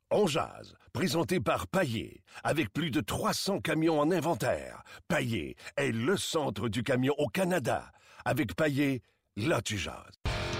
On jase, présenté par Paillé, avec plus de 300 camions en inventaire. Paillé est le centre du camion au Canada. Avec Paillé, là tu jases.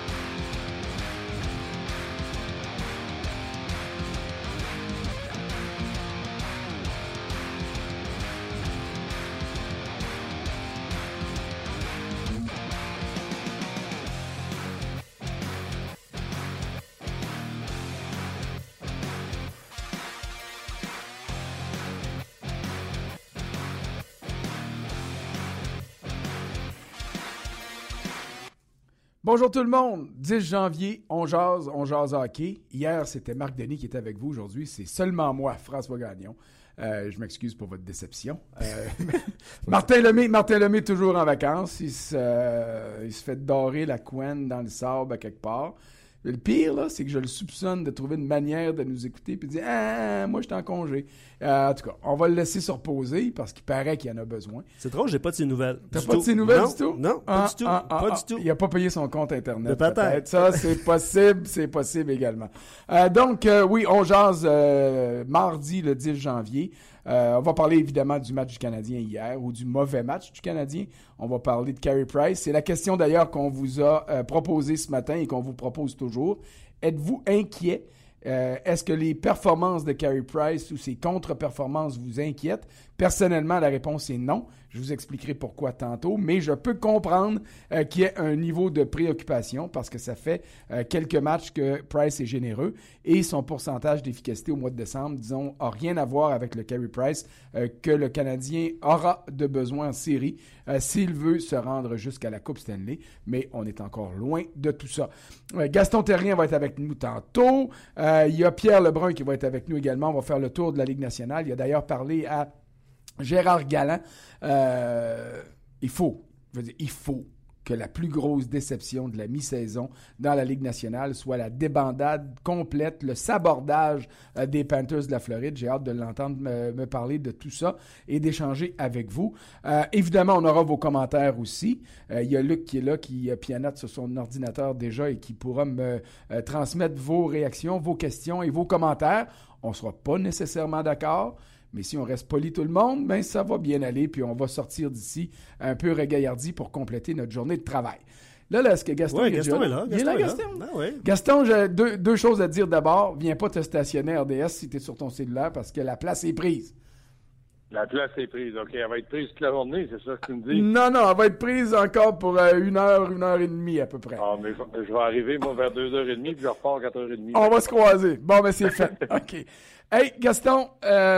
Bonjour tout le monde, 10 janvier, on jase hockey. Hier, c'était Marc Denis qui était avec vous. Aujourd'hui, c'est seulement moi, François Gagnon. Je m'excuse pour votre déception. Martin Lemay toujours en vacances. Il se fait dorer la couenne dans le sable à quelque part. Le pire, là, c'est que je le soupçonne de trouver une manière de nous écouter et de dire « Ah, moi, je suis en congé. » En tout cas, on va le laisser se reposer parce qu'il paraît qu'il en a besoin. C'est drôle, j'ai pas de ses nouvelles. T'as pas de ses nouvelles du tout? Non, pas du tout. Pas du tout. Il a pas payé son compte Internet. Peut-être. Ça, c'est possible également. Oui, on jase mardi, le 10 janvier. On va parler évidemment du match du Canadien hier ou du mauvais match du Canadien. On va parler de Carey Price. C'est la question d'ailleurs qu'on vous a proposée ce matin et qu'on vous propose toujours. Êtes-vous inquiet? Est-ce que les performances de Carey Price ou ses contre-performances vous inquiètent? Personnellement, la réponse est non. Je vous expliquerai pourquoi tantôt, mais je peux comprendre qu'il y ait un niveau de préoccupation parce que ça fait quelques matchs que Price est généreux et son pourcentage d'efficacité au mois de décembre, disons, n'a rien à voir avec le Carey Price que le Canadien aura de besoin en série s'il veut se rendre jusqu'à la Coupe Stanley, mais on est encore loin de tout ça. Gaston Terrien va être avec nous tantôt. Il y a Pierre Lebrun qui va être avec nous également. On va faire le tour de la Ligue nationale. Il a d'ailleurs parlé à Gérard Galland. Il faut que la plus grosse déception de la mi-saison dans la Ligue nationale soit la débandade complète, le sabordage des Panthers de la Floride. J'ai hâte de l'entendre me parler de tout ça et d'échanger avec vous. Évidemment, on aura vos commentaires aussi. Il y a Luc qui est là, qui pianote sur son ordinateur déjà et qui pourra me transmettre vos réactions, vos questions et vos commentaires. On ne sera pas nécessairement d'accord. Mais si on reste poli tout le monde, ben ça va bien aller, puis on va sortir d'ici un peu regaillardi pour compléter notre journée de travail. Là, est-ce que Gaston, Gaston est là? Il est là, Gaston? Ah, ouais. Gaston, j'ai deux choses à te dire d'abord. Viens pas te stationner à RDS si tu es sur ton cellulaire parce que la place est prise. La place est prise, OK. Elle va être prise toute la journée, c'est ça que tu me dis? Non, elle va être prise encore pour 1 heure et demie à peu près. Ah, mais je vais arriver, moi, vers 2h30, puis je repars 4h30. On va se croiser. Bon, ben c'est fait. OK. Hey, Gaston,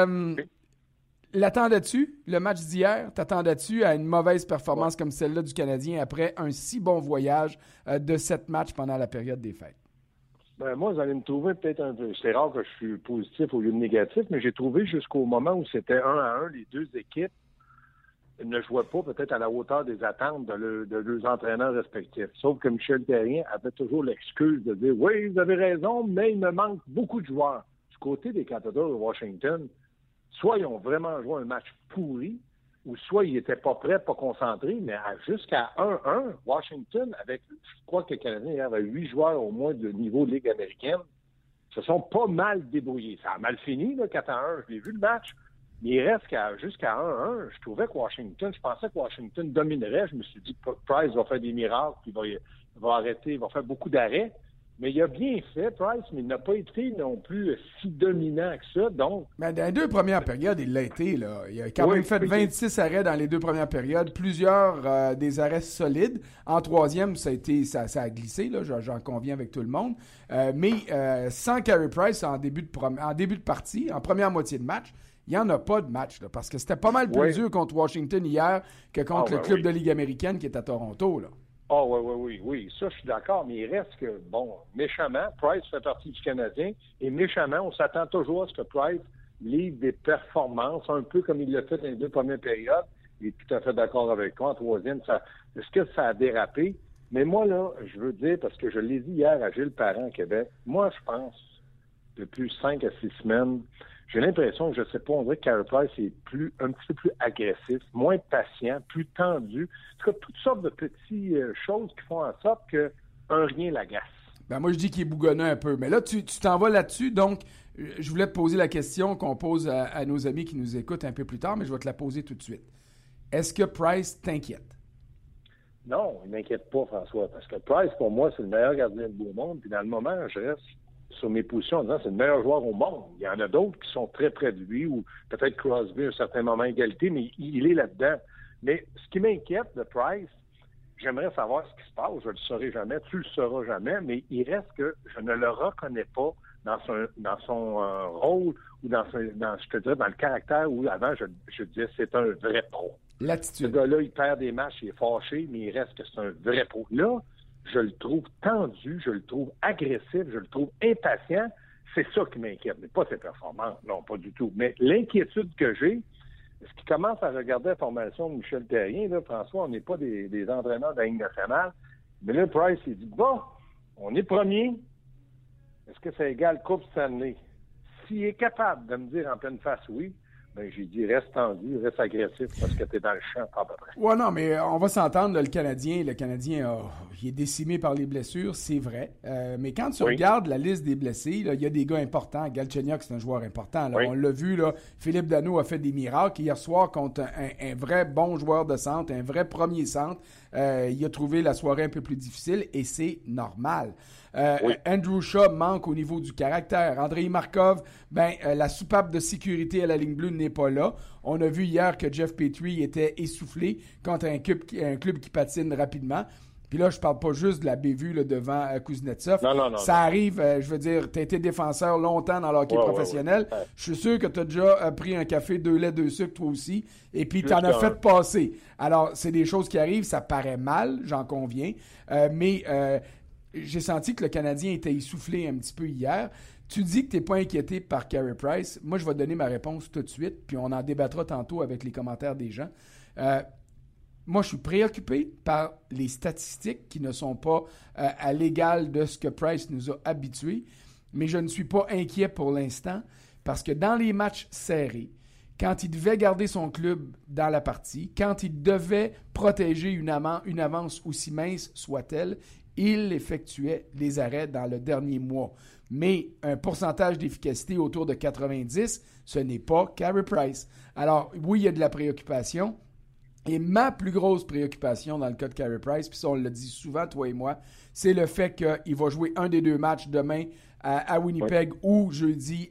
l'attendais-tu, le match d'hier? T'attendais-tu à une mauvaise performance comme celle-là du Canadien après un si bon voyage de 7 matchs pendant la période des fêtes? Ben, moi, vous allez me trouver peut-être un peu... C'est rare que je suis positif au lieu de négatif, mais j'ai trouvé jusqu'au moment où c'était 1-1, les deux équipes ne jouaient pas peut-être à la hauteur des attentes de leurs entraîneurs respectifs. Sauf que Michel Therrien avait toujours l'excuse de dire « Oui, vous avez raison, mais il me manque beaucoup de joueurs. » Du côté des Capitals de Washington, soit ils ont vraiment joué un match pourri, ou soit ils n'étaient pas prêts, pas concentrés, mais jusqu'à 1-1, Washington, avec, je crois que le Canadien avait 8 joueurs au moins de niveau de Ligue américaine, se sont pas mal débrouillés. Ça a mal fini, là, 4-1, je l'ai vu le match, mais il reste jusqu'à 1-1. Je trouvais que Washington, je pensais que Washington dominerait. Je me suis dit que Price va faire des miracles, puis il va arrêter, il va faire beaucoup d'arrêts. Mais il a bien fait, Price, mais il n'a pas été non plus si dominant que ça. Donc, mais dans les 2 premières périodes, il l'a été. Là. Il a quand même fait 26 arrêts dans les 2 premières périodes, plusieurs des arrêts solides. En troisième, ça a glissé, là, j'en conviens avec tout le monde. Mais sans Carey Price en début de partie, en première moitié de match, il n'y en a pas de match, là, parce que c'était pas mal plus dur contre Washington hier que contre le club de Ligue américaine qui est à Toronto. Là. Oui. Ça, je suis d'accord, mais il reste que, méchamment, Price fait partie du Canadien, et méchamment, on s'attend toujours à ce que Price livre des performances, un peu comme il l'a fait dans les 2 premières périodes. Il est tout à fait d'accord avec toi. En troisième, est-ce que ça a dérapé? Mais moi, là, je veux dire, parce que je l'ai dit hier à Gilles Parent à Québec, moi, je pense, depuis 5 à 6 semaines, j'ai l'impression que, je sais pas, on dirait que Carey Price est un petit peu plus agressif, moins patient, plus tendu. En tout cas, toutes sortes de petites choses qui font en sorte qu'un rien l'agace. Ben moi, je dis qu'il est bougonneux un peu. Mais là, tu t'en vas là-dessus. Donc, je voulais te poser la question qu'on pose à nos amis qui nous écoutent un peu plus tard, mais je vais te la poser tout de suite. Est-ce que Price t'inquiète? Non, il ne m'inquiète pas, François, parce que Price, pour moi, c'est le meilleur gardien de but au monde. Puis dans le moment, je reste sur mes positions en disant c'est le meilleur joueur au monde. Il y en a d'autres qui sont très près de lui, ou peut-être Crosby à un certain moment égalité, mais il est là-dedans. Mais ce qui m'inquiète de Price, j'aimerais savoir ce qui se passe. Je ne le saurai jamais, tu ne le sauras jamais, mais il reste que je ne le reconnais pas dans son rôle ou dans le caractère où avant je disais c'est un vrai pro. L'attitude. Ce gars-là, il perd des matchs, il est fâché, mais il reste que c'est un vrai pro. Là, je le trouve tendu, je le trouve agressif, je le trouve impatient. C'est ça qui m'inquiète, mais pas ses performances, non, pas du tout. Mais l'inquiétude que j'ai, ce qui commence à regarder la formation de Michel Therrien, là, François, on n'est pas des entraîneurs de la Ligue nationale, mais là, Price, il dit, bon, on est premier, est-ce que ça égale Coupe Stanley? S'il est capable de me dire en pleine face oui, ben j'ai dit reste tendu, reste agressif parce que t'es dans le champ à peu près. Ouais, non, mais on va s'entendre, là, le Canadien, il est décimé par les blessures, c'est vrai. Mais quand tu regardes la liste des blessés, il y a des gars importants. Galchenyuk, c'est un joueur important. Là. On l'a vu, là, Philippe Danault a fait des miracles. Hier soir, contre un vrai bon joueur de centre, un vrai premier centre, il a trouvé la soirée un peu plus difficile et c'est normal. Andrew Shaw manque au niveau du caractère. Andrei Markov, la soupape de sécurité à la ligne bleue n'est pas là. On a vu hier que Jeff Petrie était essoufflé contre un club qui patine rapidement. Puis là, je parle pas juste de la bévue là, devant Kuznetsov. Non. Ça arrive, je veux dire, tu as été défenseur longtemps dans le hockey professionnel. Ouais. Je suis sûr que tu as déjà pris un café, 2 laits, 2 sucres, toi aussi. Et puis, tu en as fait passer. Alors, c'est des choses qui arrivent. Ça paraît mal, j'en conviens. Mais j'ai senti que le Canadien était essoufflé un petit peu hier. Tu dis que tu n'es pas inquiété par Carey Price. Moi, je vais donner ma réponse tout de suite, puis on en débattra tantôt avec les commentaires des gens. Moi, je suis préoccupé par les statistiques qui ne sont pas à l'égal de ce que Price nous a habitués, mais je ne suis pas inquiet pour l'instant parce que dans les matchs serrés, quand il devait garder son club dans la partie, quand il devait protéger une avance aussi mince soit-elle, il effectuait les arrêts dans le dernier mois. Mais un pourcentage d'efficacité autour de 90, ce n'est pas Carey Price. Alors, oui, il y a de la préoccupation. Et ma plus grosse préoccupation dans le cas de Carey Price, puis ça, on le dit souvent, toi et moi, c'est le fait qu'il va jouer un des 2 matchs demain à Winnipeg ou jeudi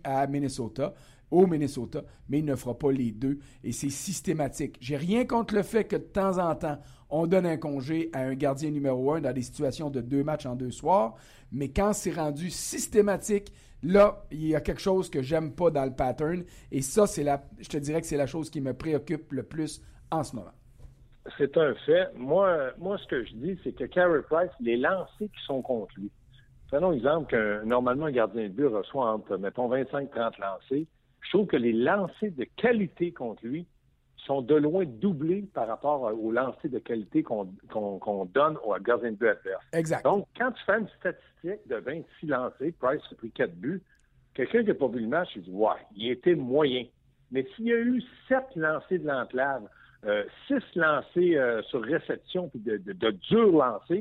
au Minnesota, mais il ne fera pas les 2 et c'est systématique. J'ai rien contre le fait que de temps en temps, on donne un congé à un gardien numéro 1 dans des situations de 2 matchs en 2 soirs, mais quand c'est rendu systématique, là, il y a quelque chose que j'aime pas dans le pattern et ça, je te dirais que c'est la chose qui me préoccupe le plus en ce moment. C'est un fait. Moi, ce que je dis, c'est que Carey Price, les lancers qui sont contre lui. Prenons exemple que normalement un gardien de but reçoit entre, mettons, 25-30 lancers. Je trouve que les lancers de qualité contre lui sont de loin doublés par rapport aux lancers de qualité qu'on donne au gardien de but adverse. Exact. Donc, quand tu fais une statistique de 26 lancers, Price a pris 4 buts, quelqu'un qui n'a pas vu le match, il dit « Ouais, il était moyen ». Mais s'il y a eu 7 lancers de l'enclave, 6 lancés sur réception puis de durs lancers,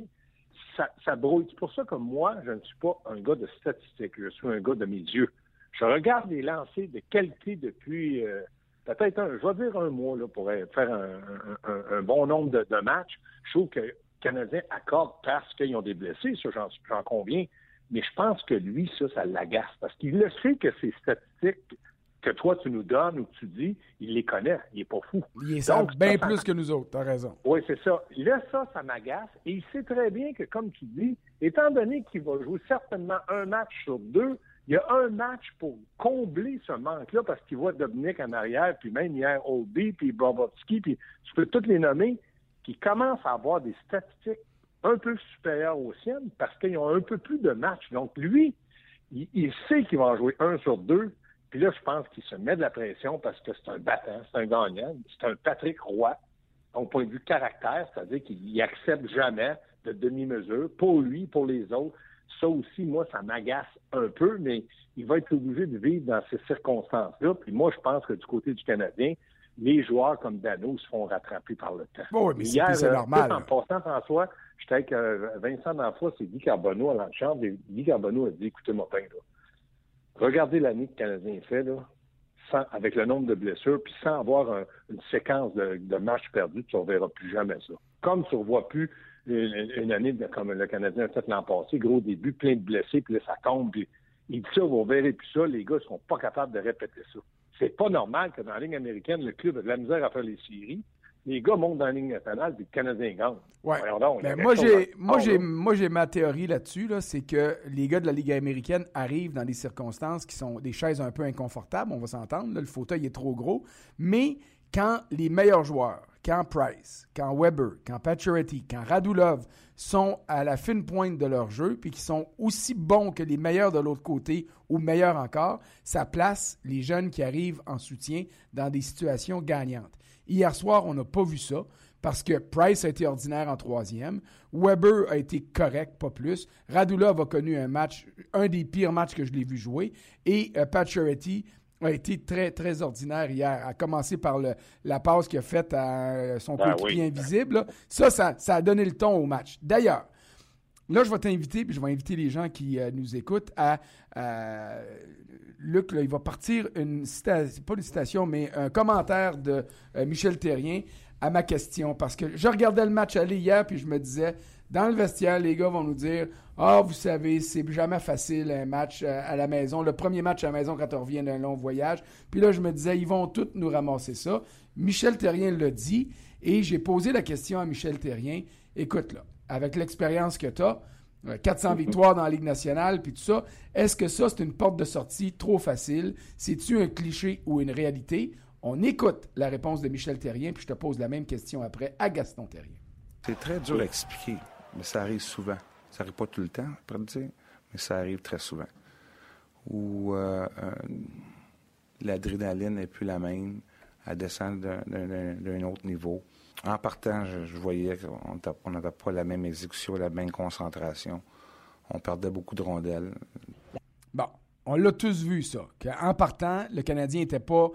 ça brouille. C'est pour ça que moi, je ne suis pas un gars de statistiques, je suis un gars de mes yeux. Je regarde les lancers de qualité depuis peut-être je vais dire un mois là, pour faire un bon nombre de matchs. Je trouve que les Canadiens accordent parce qu'ils ont des blessés, ça j'en conviens, mais je pense que lui, ça l'agace parce qu'il le sait que ces statistiques que toi, tu nous donnes ou que tu dis, il les connaît. Il n'est pas fou. Il est ça bien plus que nous autres, tu as raison. Oui, c'est ça. Là, ça m'agace. Et il sait très bien que, comme tu dis, étant donné qu'il va jouer certainement un match sur 2, il y a un match pour combler ce manque-là parce qu'il voit Dominic en arrière, puis même hier, Oldby, puis Bobrovski, puis tu peux toutes les nommer, qui commencent à avoir des statistiques un peu supérieures aux siennes parce qu'ils ont un peu plus de matchs. Donc, lui, il sait qu'il va en jouer 1 sur 2. Puis là, je pense qu'il se met de la pression parce que c'est un battant, c'est un gagnant, c'est un Patrick Roy, au point de vue caractère, c'est-à-dire qu'il accepte jamais de demi-mesure, pour lui, pour les autres. Ça aussi, moi, ça m'agace un peu, mais il va être obligé de vivre dans ces circonstances-là. Puis moi, je pense que du côté du Canadien, les joueurs comme Danault se font rattraper par le temps. Oh oui, mais hier, c'est normal. En passant, François, j'étais avec Vincent D'Anfois, c'est Guy Carbonneau à l'enchant, et Guy Carbonneau a dit, écoutez-moi bien, là. Regardez l'année que le Canadien fait, là, avec le nombre de blessures, puis sans avoir une séquence de matchs perdus, tu ne reverras plus jamais ça. Comme tu ne revois plus une année comme le Canadien a fait l'an passé, gros début, plein de blessés, puis là, ça tombe, puis il dit ça, vous ne verrez plus ça, les gars ne seront pas capables de répéter ça. C'est pas normal que dans la Ligue américaine, le club a de la misère à faire les séries. Les gars montent dans la Ligue nationale, puis le Canadien gagne. Ouais. Donc, ben moi, j'ai ma théorie là-dessus, là, c'est que les gars de la Ligue américaine arrivent dans des circonstances qui sont des chaises un peu inconfortables, on va s'entendre, là, le fauteuil est trop gros, mais quand les meilleurs joueurs, quand Price, quand Weber, quand Pacioretty, quand Radulov sont à la fine pointe de leur jeu, puis qui sont aussi bons que les meilleurs de l'autre côté, ou meilleurs encore, ça place les jeunes qui arrivent en soutien dans des situations gagnantes. Hier soir, on n'a pas vu ça parce que Price a été ordinaire en troisième. Weber a été correct, pas plus. Radulov a connu un des pires matchs que je l'ai vu jouer. Et Pacioretty a été très, très ordinaire hier. A commencé par la passe qu'il a faite à son coéquipier invisible. Là. Ça a donné le ton au match. D'ailleurs, là, je vais t'inviter, puis je vais inviter les gens qui nous écoutent à... Luc, là, il va partir pas une citation, mais un commentaire de Michel Therrien à ma question. Parce que je regardais le match aller hier, puis je me disais, dans le vestiaire, les gars vont nous dire « Ah, vous savez, c'est jamais facile un match à la maison. Le premier match à la maison quand on revient d'un long voyage. » Puis là, je me disais, ils vont tous nous ramasser ça. Michel Therrien l'a dit, et j'ai posé la question à Michel Therrien. Écoute, là, avec l'expérience que tu as, 400 victoires dans la Ligue nationale, puis tout ça. Est-ce que ça, c'est une porte de sortie trop facile? C'est-tu un cliché ou une réalité? On écoute la réponse de Michel Therrien, puis je te pose la même question après à Gaston Therrien. C'est très dur à expliquer, mais ça arrive souvent. Ça n'arrive pas tout le temps, je pourrais te dire, mais ça arrive très souvent. Où l'adrénaline n'est plus la même, elle descend d'un autre niveau. En partant, je voyais qu'on n'avait pas la même exécution, la même concentration. On perdait beaucoup de rondelles. Bon, on l'a tous vu, ça. Qu'en partant, le Canadien était pas,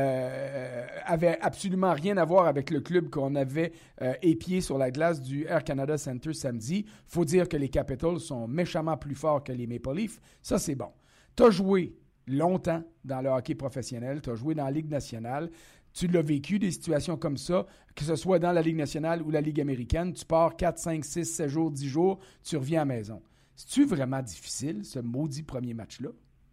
avait absolument rien à voir avec le club qu'on avait épié sur la glace du Air Canada Centre samedi. Faut dire que les Capitals sont méchamment plus forts que les Maple Leafs. Ça, c'est bon. Tu as joué longtemps dans le hockey professionnel. Tu as joué dans la Ligue nationale. Tu l'as vécu, des situations comme ça, que ce soit dans la Ligue nationale ou la Ligue américaine. Tu pars 4, 5, 6, 7 jours, 10 jours, tu reviens à la maison. C'est-tu vraiment difficile, ce maudit premier match-là?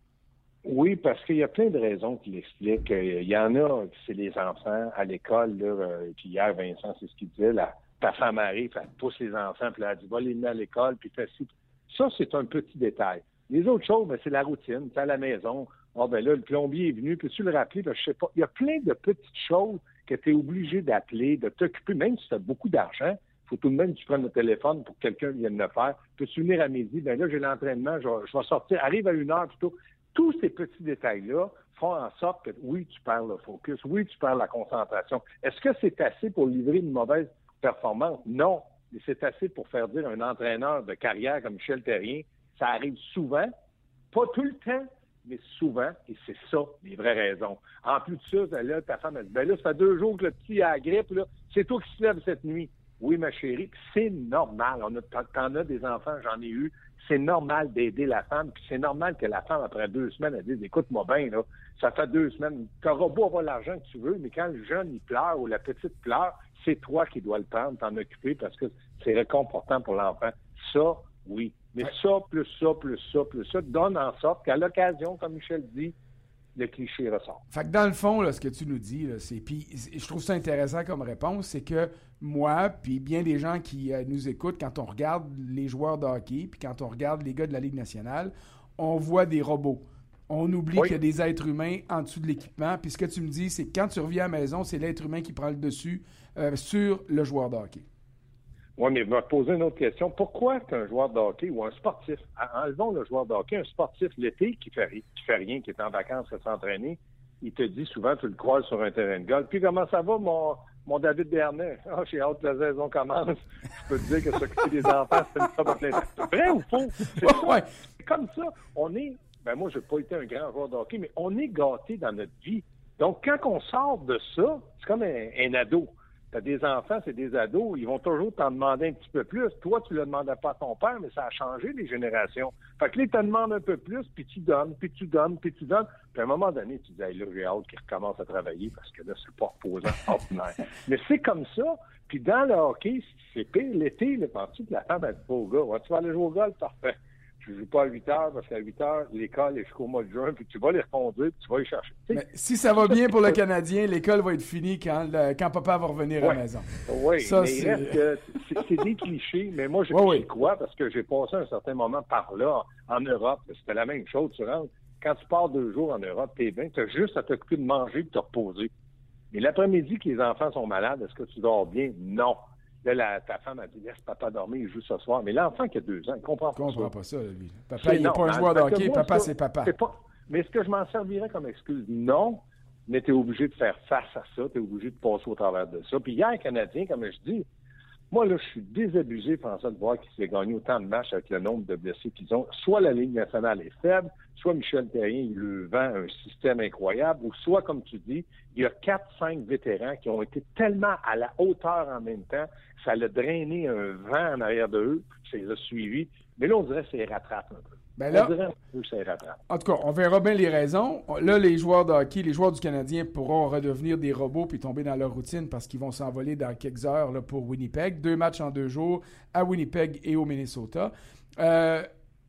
Oui, parce qu'il y a plein de raisons qui l'expliquent. Il y en a, c'est les enfants à l'école, là, puis hier, Vincent, c'est ce qu'il disait, ta femme arrive, elle pousse les enfants, puis elle dit, va les mettre à l'école, puis fais ci. Ça, c'est un petit détail. Les autres choses, ben, c'est la routine, tu es à la maison. Ah, ben là, le plombier est venu, peux-tu le rappeler? Ben, je sais pas. Il y a plein de petites choses que tu es obligé d'appeler, de t'occuper, même si tu as beaucoup d'argent. Il faut tout de même que tu prennes le téléphone pour que quelqu'un vienne le faire. Peux-tu venir à midi? Ben là, j'ai l'entraînement, je vais sortir. Arrive à 1 heure plutôt. Tous ces petits détails-là font en sorte que, oui, tu perds le focus, oui, tu perds la concentration. Est-ce que c'est assez pour livrer une mauvaise performance? Non. Mais c'est assez pour faire dire à un entraîneur de carrière comme Michel Therrien, ça arrive souvent, pas tout le temps, mais souvent, et c'est ça, les vraies raisons. En plus de ça, là, ta femme, elle dit, ben là, ça fait 2 jours que le petit a la grippe, là, c'est toi qui se lève cette nuit. Oui, ma chérie, puis c'est normal. T'en as des enfants, j'en ai eu. C'est normal d'aider la femme, puis c'est normal que la femme, après 2 semaines, elle dise, écoute-moi bien, là, ça fait 2 semaines, t'auras beau avoir l'argent que tu veux, mais quand le jeune, il pleure ou la petite pleure, c'est toi qui dois le prendre, t'en occuper, parce que c'est réconfortant pour l'enfant. Ça, oui. Mais ça, plus ça, plus ça, plus ça, donne en sorte qu'à l'occasion, comme Michel dit, le cliché ressort. Fait que dans le fond, là, ce que tu nous dis, là, puis je trouve ça intéressant comme réponse, c'est que moi, puis bien des gens qui nous écoutent, quand on regarde les joueurs de hockey, puis quand on regarde les gars de la Ligue nationale, on voit des robots. On oublie qu'il y a des êtres humains en dessous de l'équipement. Puis ce que tu me dis, c'est que quand tu reviens à la maison, c'est l'être humain qui prend le dessus sur le joueur de hockey. Oui, mais je vais me poser une autre question. Pourquoi qu'un joueur de hockey ou un sportif, enlevons le joueur de hockey, un sportif l'été qui fait rien, qui est en vacances, qui s'entraîner, il te dit souvent, tu le croises sur un terrain de golf. Puis comment ça va, mon David Bernet? Ah, j'ai hâte que la saison commence. Je peux te dire que s'occuper des enfants, c'est une job plein temps. C'est vrai ou faux? C'est comme ça. Moi, je n'ai pas été un grand joueur de hockey, mais on est gâtés dans notre vie. Donc, quand on sort de ça, c'est comme un ado. T'as des enfants, c'est des ados, ils vont toujours t'en demander un petit peu plus. Toi, tu le demandais pas à ton père, mais ça a changé les générations. Fait que là, ils te demandent un peu plus, puis tu donnes, puis tu donnes, puis tu donnes. Puis à un moment donné, tu dis, hey, là, j'ai hâte qu'ils recommencent à travailler parce que là, c'est pas reposant ordinaire. Mais c'est comme ça. Puis dans le hockey, c'est pire. L'été, le penses-tu que la femme, elle dit pas au gars, ouais, tu vas aller jouer au golf? Parfait. Je joue pas à 8 heures parce qu'à 8 heures, l'école est jusqu'au mois de juin, puis tu vas les reconduire, puis tu vas les chercher. Mais si ça va bien pour le Canadien, l'école va être finie quand papa va revenir à la maison. Oui, ça, mais il reste que c'est des clichés, mais moi, j'y crois parce que j'ai passé un certain moment par là, en Europe. C'était la même chose. Tu rentres, quand tu pars 2 jours en Europe, t'es bien, tu as juste à t'occuper de manger et de te reposer. Mais l'après-midi que les enfants sont malades, est-ce que tu dors bien? Non. Là, ta femme a dit, laisse papa dormir, il joue ce soir. Mais l'enfant qui a 2 ans, il comprend pas ça. Lui. Papa, il n'est pas un joueur de hockey, papa, c'est papa. Mais est-ce que je m'en servirais comme excuse? Non, mais tu es obligé de faire face à ça, tu es obligé de passer au travers de ça. Puis hier, Canadien, comme je dis, moi, là, je suis désabusé, François, de voir qu'ils s'est gagné autant de matchs avec le nombre de blessés qu'ils ont. Soit la Ligue nationale est faible, soit Michel Therrien, il lui vend un système incroyable, ou soit, comme tu dis, il y a 4-5 vétérans qui ont été tellement à la hauteur en même temps, ça l'a drainé un vent en arrière de eux, ça les a suivis. Mais là, on dirait que c'est rattrape un peu. Ben là, on dirait un peu que c'est rattrape. En tout cas, on verra bien les raisons. Là, les joueurs de hockey, les joueurs du Canadien pourront redevenir des robots puis tomber dans leur routine parce qu'ils vont s'envoler dans quelques heures là, pour Winnipeg. 2 matchs en 2 jours à Winnipeg et au Minnesota. Il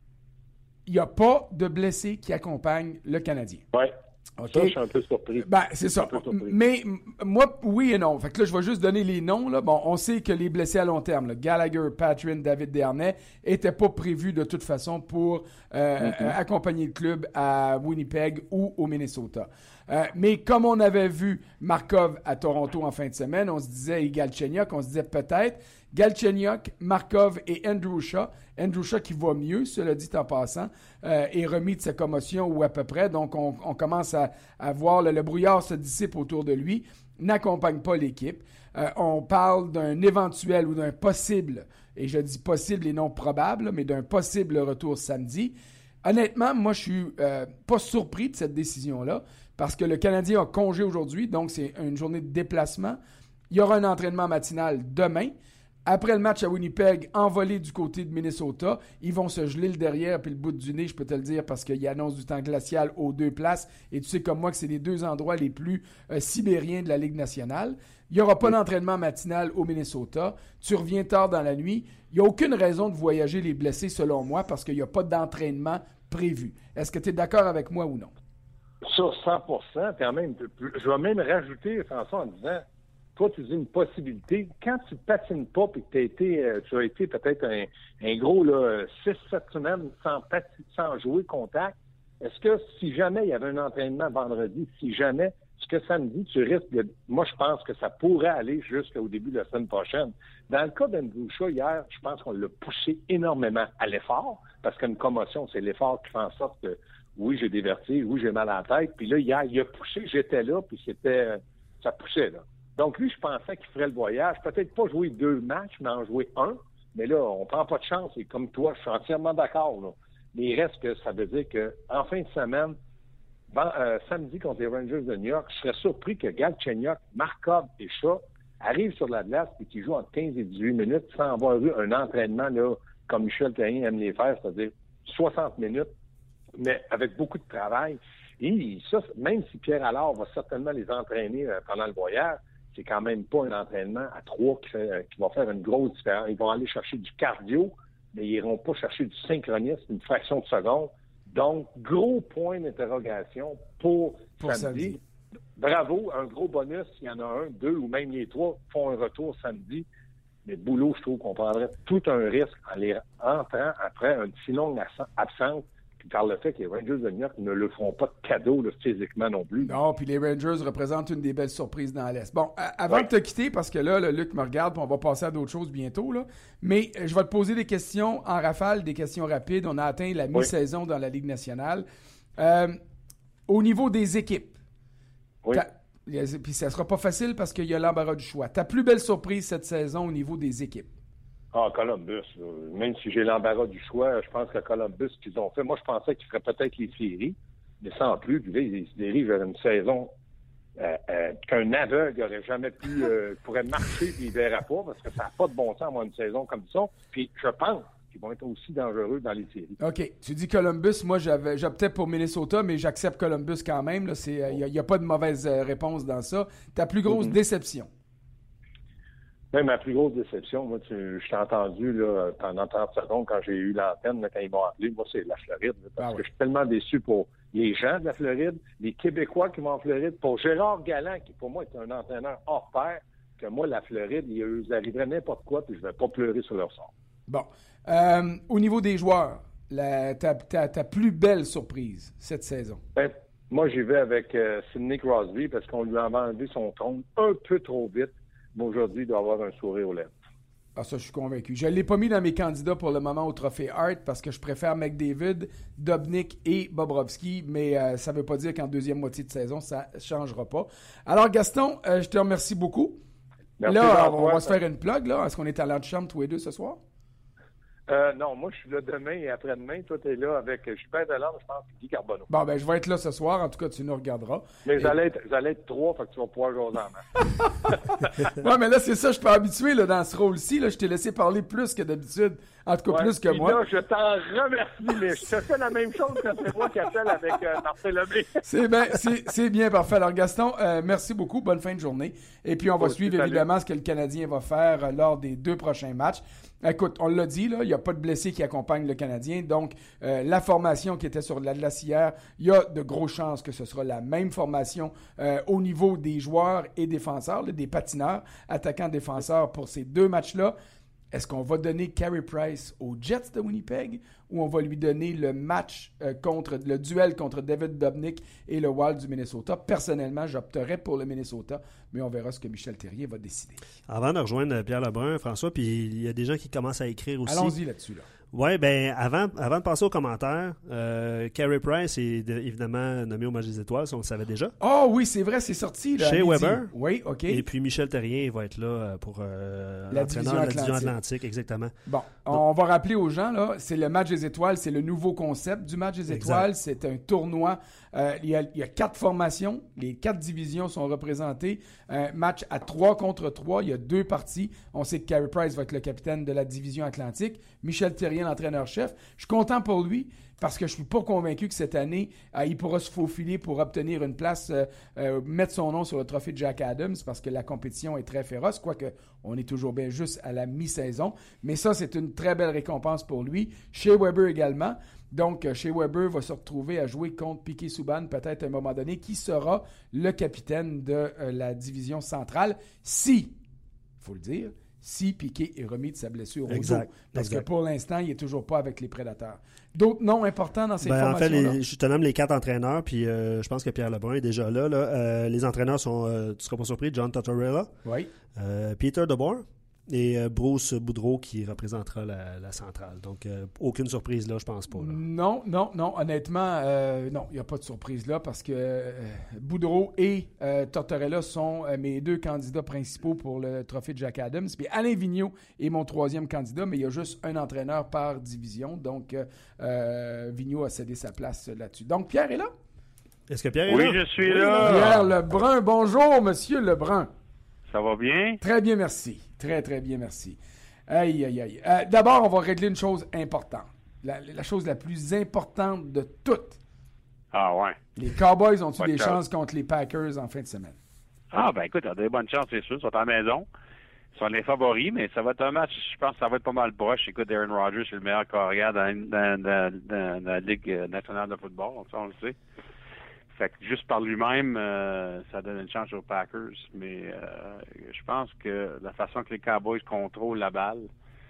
n'y a pas de blessés qui accompagnent le Canadien. Oui. Okay. Ça, je suis un peu surpris. Ben, c'est ça. Mais moi, oui et non. Fait que là, je vais juste donner les noms. Là. Bon, on sait que les blessés à long terme, là, Gallagher, Patrin, David Dernay, n'étaient pas prévus de toute façon pour accompagner le club à Winnipeg ou au Minnesota. Mais comme on avait vu Markov à Toronto en fin de semaine, on se disait, et Galchenyuk, on se disait peut-être Galchenyuk, Markov et Andrew Shaw. Andrew Shaw qui va mieux, cela dit en passant, est remis de sa commotion ou à peu près. Donc, on commence à voir le brouillard se dissipe autour de lui, n'accompagne pas l'équipe. On parle d'un éventuel ou d'un possible, et je dis possible et non probable, mais d'un possible retour samedi. Honnêtement, moi, je suis pas surpris de cette décision-là parce que le Canadien a congé aujourd'hui, donc c'est une journée de déplacement. Il y aura un entraînement matinal demain. Après le match à Winnipeg, envolé du côté de Minnesota, ils vont se geler le derrière puis le bout du nez, je peux te le dire, parce qu'il annonce du temps glacial aux 2 places. Et tu sais comme moi que c'est les 2 endroits les plus sibériens de la Ligue nationale. Il n'y aura pas d'entraînement matinal au Minnesota. Tu reviens tard dans la nuit. Il n'y a aucune raison de voyager les blessés, selon moi, parce qu'il n'y a pas d'entraînement prévu. Est-ce que tu es d'accord avec moi ou non? Ça, 100%. Quand même, je vais même rajouter, François, en disant, toi, tu dis une possibilité. Quand tu patines pas et que tu as été peut-être un gros 6-7 semaines sans jouer contact, est-ce que si jamais il y avait un entraînement vendredi, si jamais, est-ce que samedi, tu risques de... Moi, je pense que ça pourrait aller jusqu'au début de la semaine prochaine. Dans le cas d'Andrew Shaw, hier, je pense qu'on l'a poussé énormément à l'effort, parce qu'une commotion, c'est l'effort qui fait en sorte que, oui, j'ai des vertiges, oui, j'ai mal à la tête. Puis là, hier, il a poussé, j'étais là, puis ça poussait, là. Donc, lui, je pensais qu'il ferait le voyage. Peut-être pas jouer 2 matchs, mais en jouer 1. Mais là, on prend pas de chance. Et comme toi, je suis entièrement d'accord, là. Mais il reste que ça veut dire qu'en fin de semaine, samedi contre les Rangers de New York, je serais surpris que Galchenyuk, Markov et Shaw arrivent sur la glace et qu'ils jouent entre 15 et 18 minutes sans avoir eu un entraînement là, comme Michel Therrien aime les faire, c'est-à-dire 60 minutes, mais avec beaucoup de travail. Et ça, même si Pierre Allard va certainement les entraîner pendant le voyage, c'est quand même pas un entraînement à 3 qui va faire une grosse différence. Ils vont aller chercher du cardio, mais ils n'iront pas chercher du synchronisme, une fraction de seconde. Donc, gros point d'interrogation pour samedi. Bravo, un gros bonus, s'il y en a 1, 2 ou même les 3 font un retour samedi. Mais boulot, je trouve qu'on prendrait tout un risque en les entrant après une si longue absence. Puis par le fait que les Rangers de New York ne le feront pas de cadeau là, physiquement non plus. Non, puis les Rangers représentent une des belles surprises dans l'Est. Bon, avant de te quitter, parce que là, Luc me regarde, puis on va passer à d'autres choses bientôt, là, mais je vais te poser des questions en rafale, des questions rapides. On a atteint la mi-saison dans la Ligue nationale. Au niveau des équipes, puis ça sera pas facile parce qu'il y a l'embarras du choix. Ta plus belle surprise cette saison au niveau des équipes? Ah, Columbus. Là. Même si j'ai l'embarras du choix, je pense que Columbus, ce qu'ils ont fait, moi, je pensais qu'ils feraient peut-être les séries, mais sans plus. Puis là, ils se dirigent vers une saison qu'un aveugle n'aurait jamais pourrait marcher et il ne verra pas parce que ça n'a pas de bon sens d'avoir une saison comme ça. Puis je pense qu'ils vont être aussi dangereux dans les séries. OK. Tu dis Columbus. Moi, j'optais pour Minnesota, mais j'accepte Columbus quand même. Il n'y a pas de mauvaise réponse dans ça. Ta plus grosse déception? Même ma plus grosse déception, moi, je t'ai entendu là, pendant 30 secondes quand j'ai eu l'antenne, là, quand ils m'ont appelé. Moi, c'est la Floride. Là, parce que je suis tellement déçu pour les gens de la Floride, les Québécois qui vont en Floride, pour Gérard Galland, qui pour moi est un entraîneur hors pair, que moi, la Floride, ils arriveraient n'importe quoi, puis je ne vais pas pleurer sur leur sort. Bon. Au niveau des joueurs, ta plus belle surprise cette saison? Ben, moi, j'y vais avec Sidney Crosby parce qu'on lui a enlevé son trône un peu trop vite. Mais aujourd'hui, il doit avoir un sourire aux lèvres. Ah, ça, je suis convaincu. Je ne l'ai pas mis dans mes candidats pour le moment au Trophée Hart parce que je préfère McDavid, Dobnik et Bobrovsky, mais ça ne veut pas dire qu'en deuxième moitié de saison, ça ne changera pas. Alors, Gaston, je te remercie beaucoup. Merci, là, on va se faire une plug. Là. Est-ce qu'on est à l'antichambre tous les deux ce soir? Non, moi, je suis là demain et après-demain. Toi, tu es là avec Gilbert Delorme, je pense, et Guy Carbonneau. Bon, ben, je vais être là ce soir. En tout cas, tu nous regarderas. Mais vous allez être 3, fait que tu vas pouvoir jouer en main. Ouais, mais là, c'est ça, je suis pas habitué là, dans ce rôle-ci. Là, je t'ai laissé parler plus que d'habitude. En tout cas, plus que moi. Là, je t'en remercie, mais je te fais la même chose quand c'est moi qui appelle avec Martin Lemay. C'est bien, parfait. Alors, Gaston, merci beaucoup. Bonne fin de journée. Et puis, on va suivre évidemment ce que le Canadien va faire lors des 2 prochains matchs. Écoute, on l'a dit, là, il n'y a pas de blessés qui accompagnent le Canadien. Donc, la formation qui était sur la glace hier, il y a de grosses chances que ce sera la même formation au niveau des joueurs et défenseurs, là, des patineurs, attaquants-défenseurs pour ces 2 matchs-là. Est-ce qu'on va donner Carey Price aux Jets de Winnipeg ou on va lui donner le le duel contre David Dobnik et le Wild du Minnesota? Personnellement, j'opterais pour le Minnesota, mais on verra ce que Michel Therrien va décider. Avant de rejoindre Pierre Lebrun, François, puis il y a des gens qui commencent à écrire aussi. Allons-y là-dessus, là. Oui, bien, avant de passer aux commentaires, Carey Price est évidemment nommé au match des étoiles, ça on le savait déjà. Oh oui, c'est vrai, c'est sorti. Là, chez Weber. Oui, OK. Et puis Michel Therrien va être là pour la division Atlantique, exactement. Bon, on va rappeler aux gens, là, c'est le match des étoiles, c'est le nouveau concept du match des étoiles. C'est un tournoi. Il y a 4 formations, les 4 divisions sont représentées. Un match à 3 contre 3, il y a 2 parties. On sait que Carey Price va être le capitaine de la division Atlantique. Michel Therrien, l'entraîneur-chef. Je suis content pour lui parce que je suis pas convaincu que cette année, il pourra se faufiler pour obtenir une place, mettre son nom sur le trophée de Jack Adams parce que la compétition est très féroce, quoique on est toujours bien juste à la mi-saison. Mais ça, c'est une très belle récompense pour lui. Shea Weber également. Donc, Shea Weber va se retrouver à jouer contre Piquet Subban peut-être à un moment donné, qui sera le capitaine de la division centrale si, il faut le dire, si Piquet est remis de sa blessure au dos. Parce que pour l'instant, il n'est toujours pas avec les Prédateurs. D'autres noms importants dans ces formations-là? En fait, je te nomme les 4 entraîneurs, puis je pense que Pierre Lebrun est déjà là. Les entraîneurs sont, tu ne seras pas surpris, John Tortorella, oui. Peter DeBoer et Bruce Boudreau qui représentera la centrale. Donc, aucune surprise là, je pense pas. Là. Non. Honnêtement, non, il n'y a pas de surprise là parce que Boudreau et Tortorella sont mes 2 candidats principaux pour le trophée de Jack Adams. Puis Alain Vigneault est mon 3e candidat, mais il y a juste un entraîneur par division. Donc, Vigneault a cédé sa place là-dessus. Donc, Pierre est là? Est-ce que Pierre est là? Oui, je suis là. Pierre Lebrun. Bonjour, monsieur Lebrun. Ça va bien? Très bien, merci. Très, très bien, merci. Aïe. D'abord, on va régler une chose importante. La chose la plus importante de toutes. Ah ouais. Les Cowboys ont-ils des chances contre les Packers en fin de semaine? Ah ben écoute, ils ont des bonnes chances, c'est sûr. Ils sont à la maison. Ils sont les favoris, mais ça va être un match, je pense que ça va être pas mal broche. Écoute, Aaron Rodgers, c'est le meilleur carrière dans la Ligue nationale de football, ça on le sait. Fait que juste par lui-même, ça donne une chance aux Packers. Mais je pense que la façon que les Cowboys contrôlent la balle,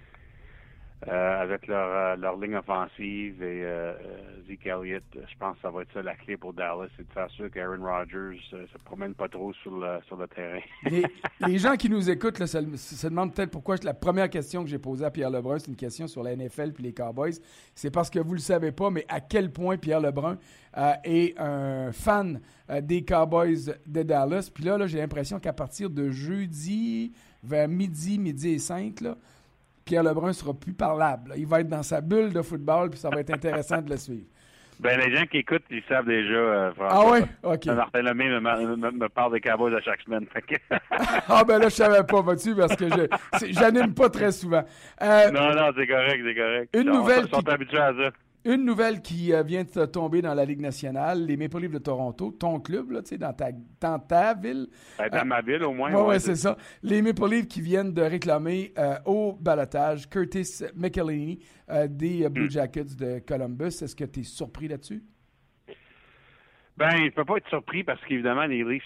avec leur ligne offensive et Zeke Elliott, je pense que ça va être ça la clé pour Dallas, c'est de faire sûr qu'Aaron Rodgers se promène pas trop sur le terrain. les gens qui nous écoutent là, se demandent peut-être pourquoi la première question que j'ai posée à Pierre Lebrun, c'est une question sur la NFL puis les Cowboys. C'est parce que vous le savez pas, mais à quel point Pierre Lebrun est un fan des Cowboys de Dallas. Puis là, j'ai l'impression qu'à partir de jeudi, vers midi et 5, là, Pierre Lebrun sera plus parlable. Il va être dans sa bulle de football, puis ça va être intéressant de le suivre. Ben, les gens qui écoutent, ils savent déjà, François. Ah ouais? OK. Martin Lemay me parle des Cowboys à chaque semaine. Ah ben là, je savais pas, vois-tu, parce que j'anime pas très souvent. Non, c'est correct. Une nouvelle Ils sont habitués à ça. Une nouvelle qui vient de tomber dans la Ligue nationale, les Maple Leafs de Toronto, ton club, là, tu sais, dans ta ville. Dans ma ville, au moins. Ouais, c'est ça. Les Maple Leafs qui viennent de réclamer au balotage Curtis McElhinney des Blue Jackets de Columbus. Est-ce que tu es surpris là-dessus? Ben, il ne peut pas être surpris parce qu'évidemment, les Leafs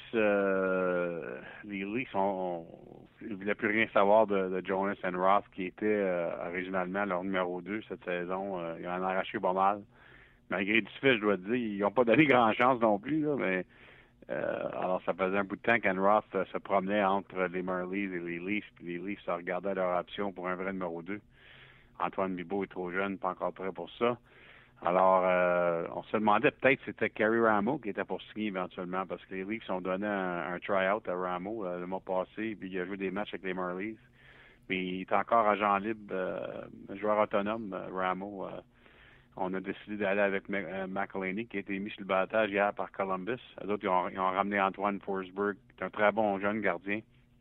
ils ne voulaient plus rien savoir de Jonas and Roth, qui était originalement leur numéro 2 cette saison. Ils en ont arraché pas mal. Malgré du fait, je dois te dire, ils n'ont pas donné grand chance non plus, là, mais alors ça faisait un bout de temps qu'Anroth se promenait entre les Marlies et les Leafs, puis les Leafs regardaient leur option pour un vrai numéro 2. Antoine Bibeau est trop jeune, pas encore prêt pour ça. Alors, on se demandait peut-être si c'était Kerry Rameau qui était pour signer éventuellement, parce que les Leafs ont donné un try-out à Rameau le mois passé, puis il a joué des matchs avec les Marlies. Mais il est encore agent libre, joueur autonome, Rameau. On a décidé d'aller avec McElhinney, qui a été mis sur le balotage hier par Columbus. Les autres, ils ont ramené Antoine Forsberg, qui est un très bon jeune gardien,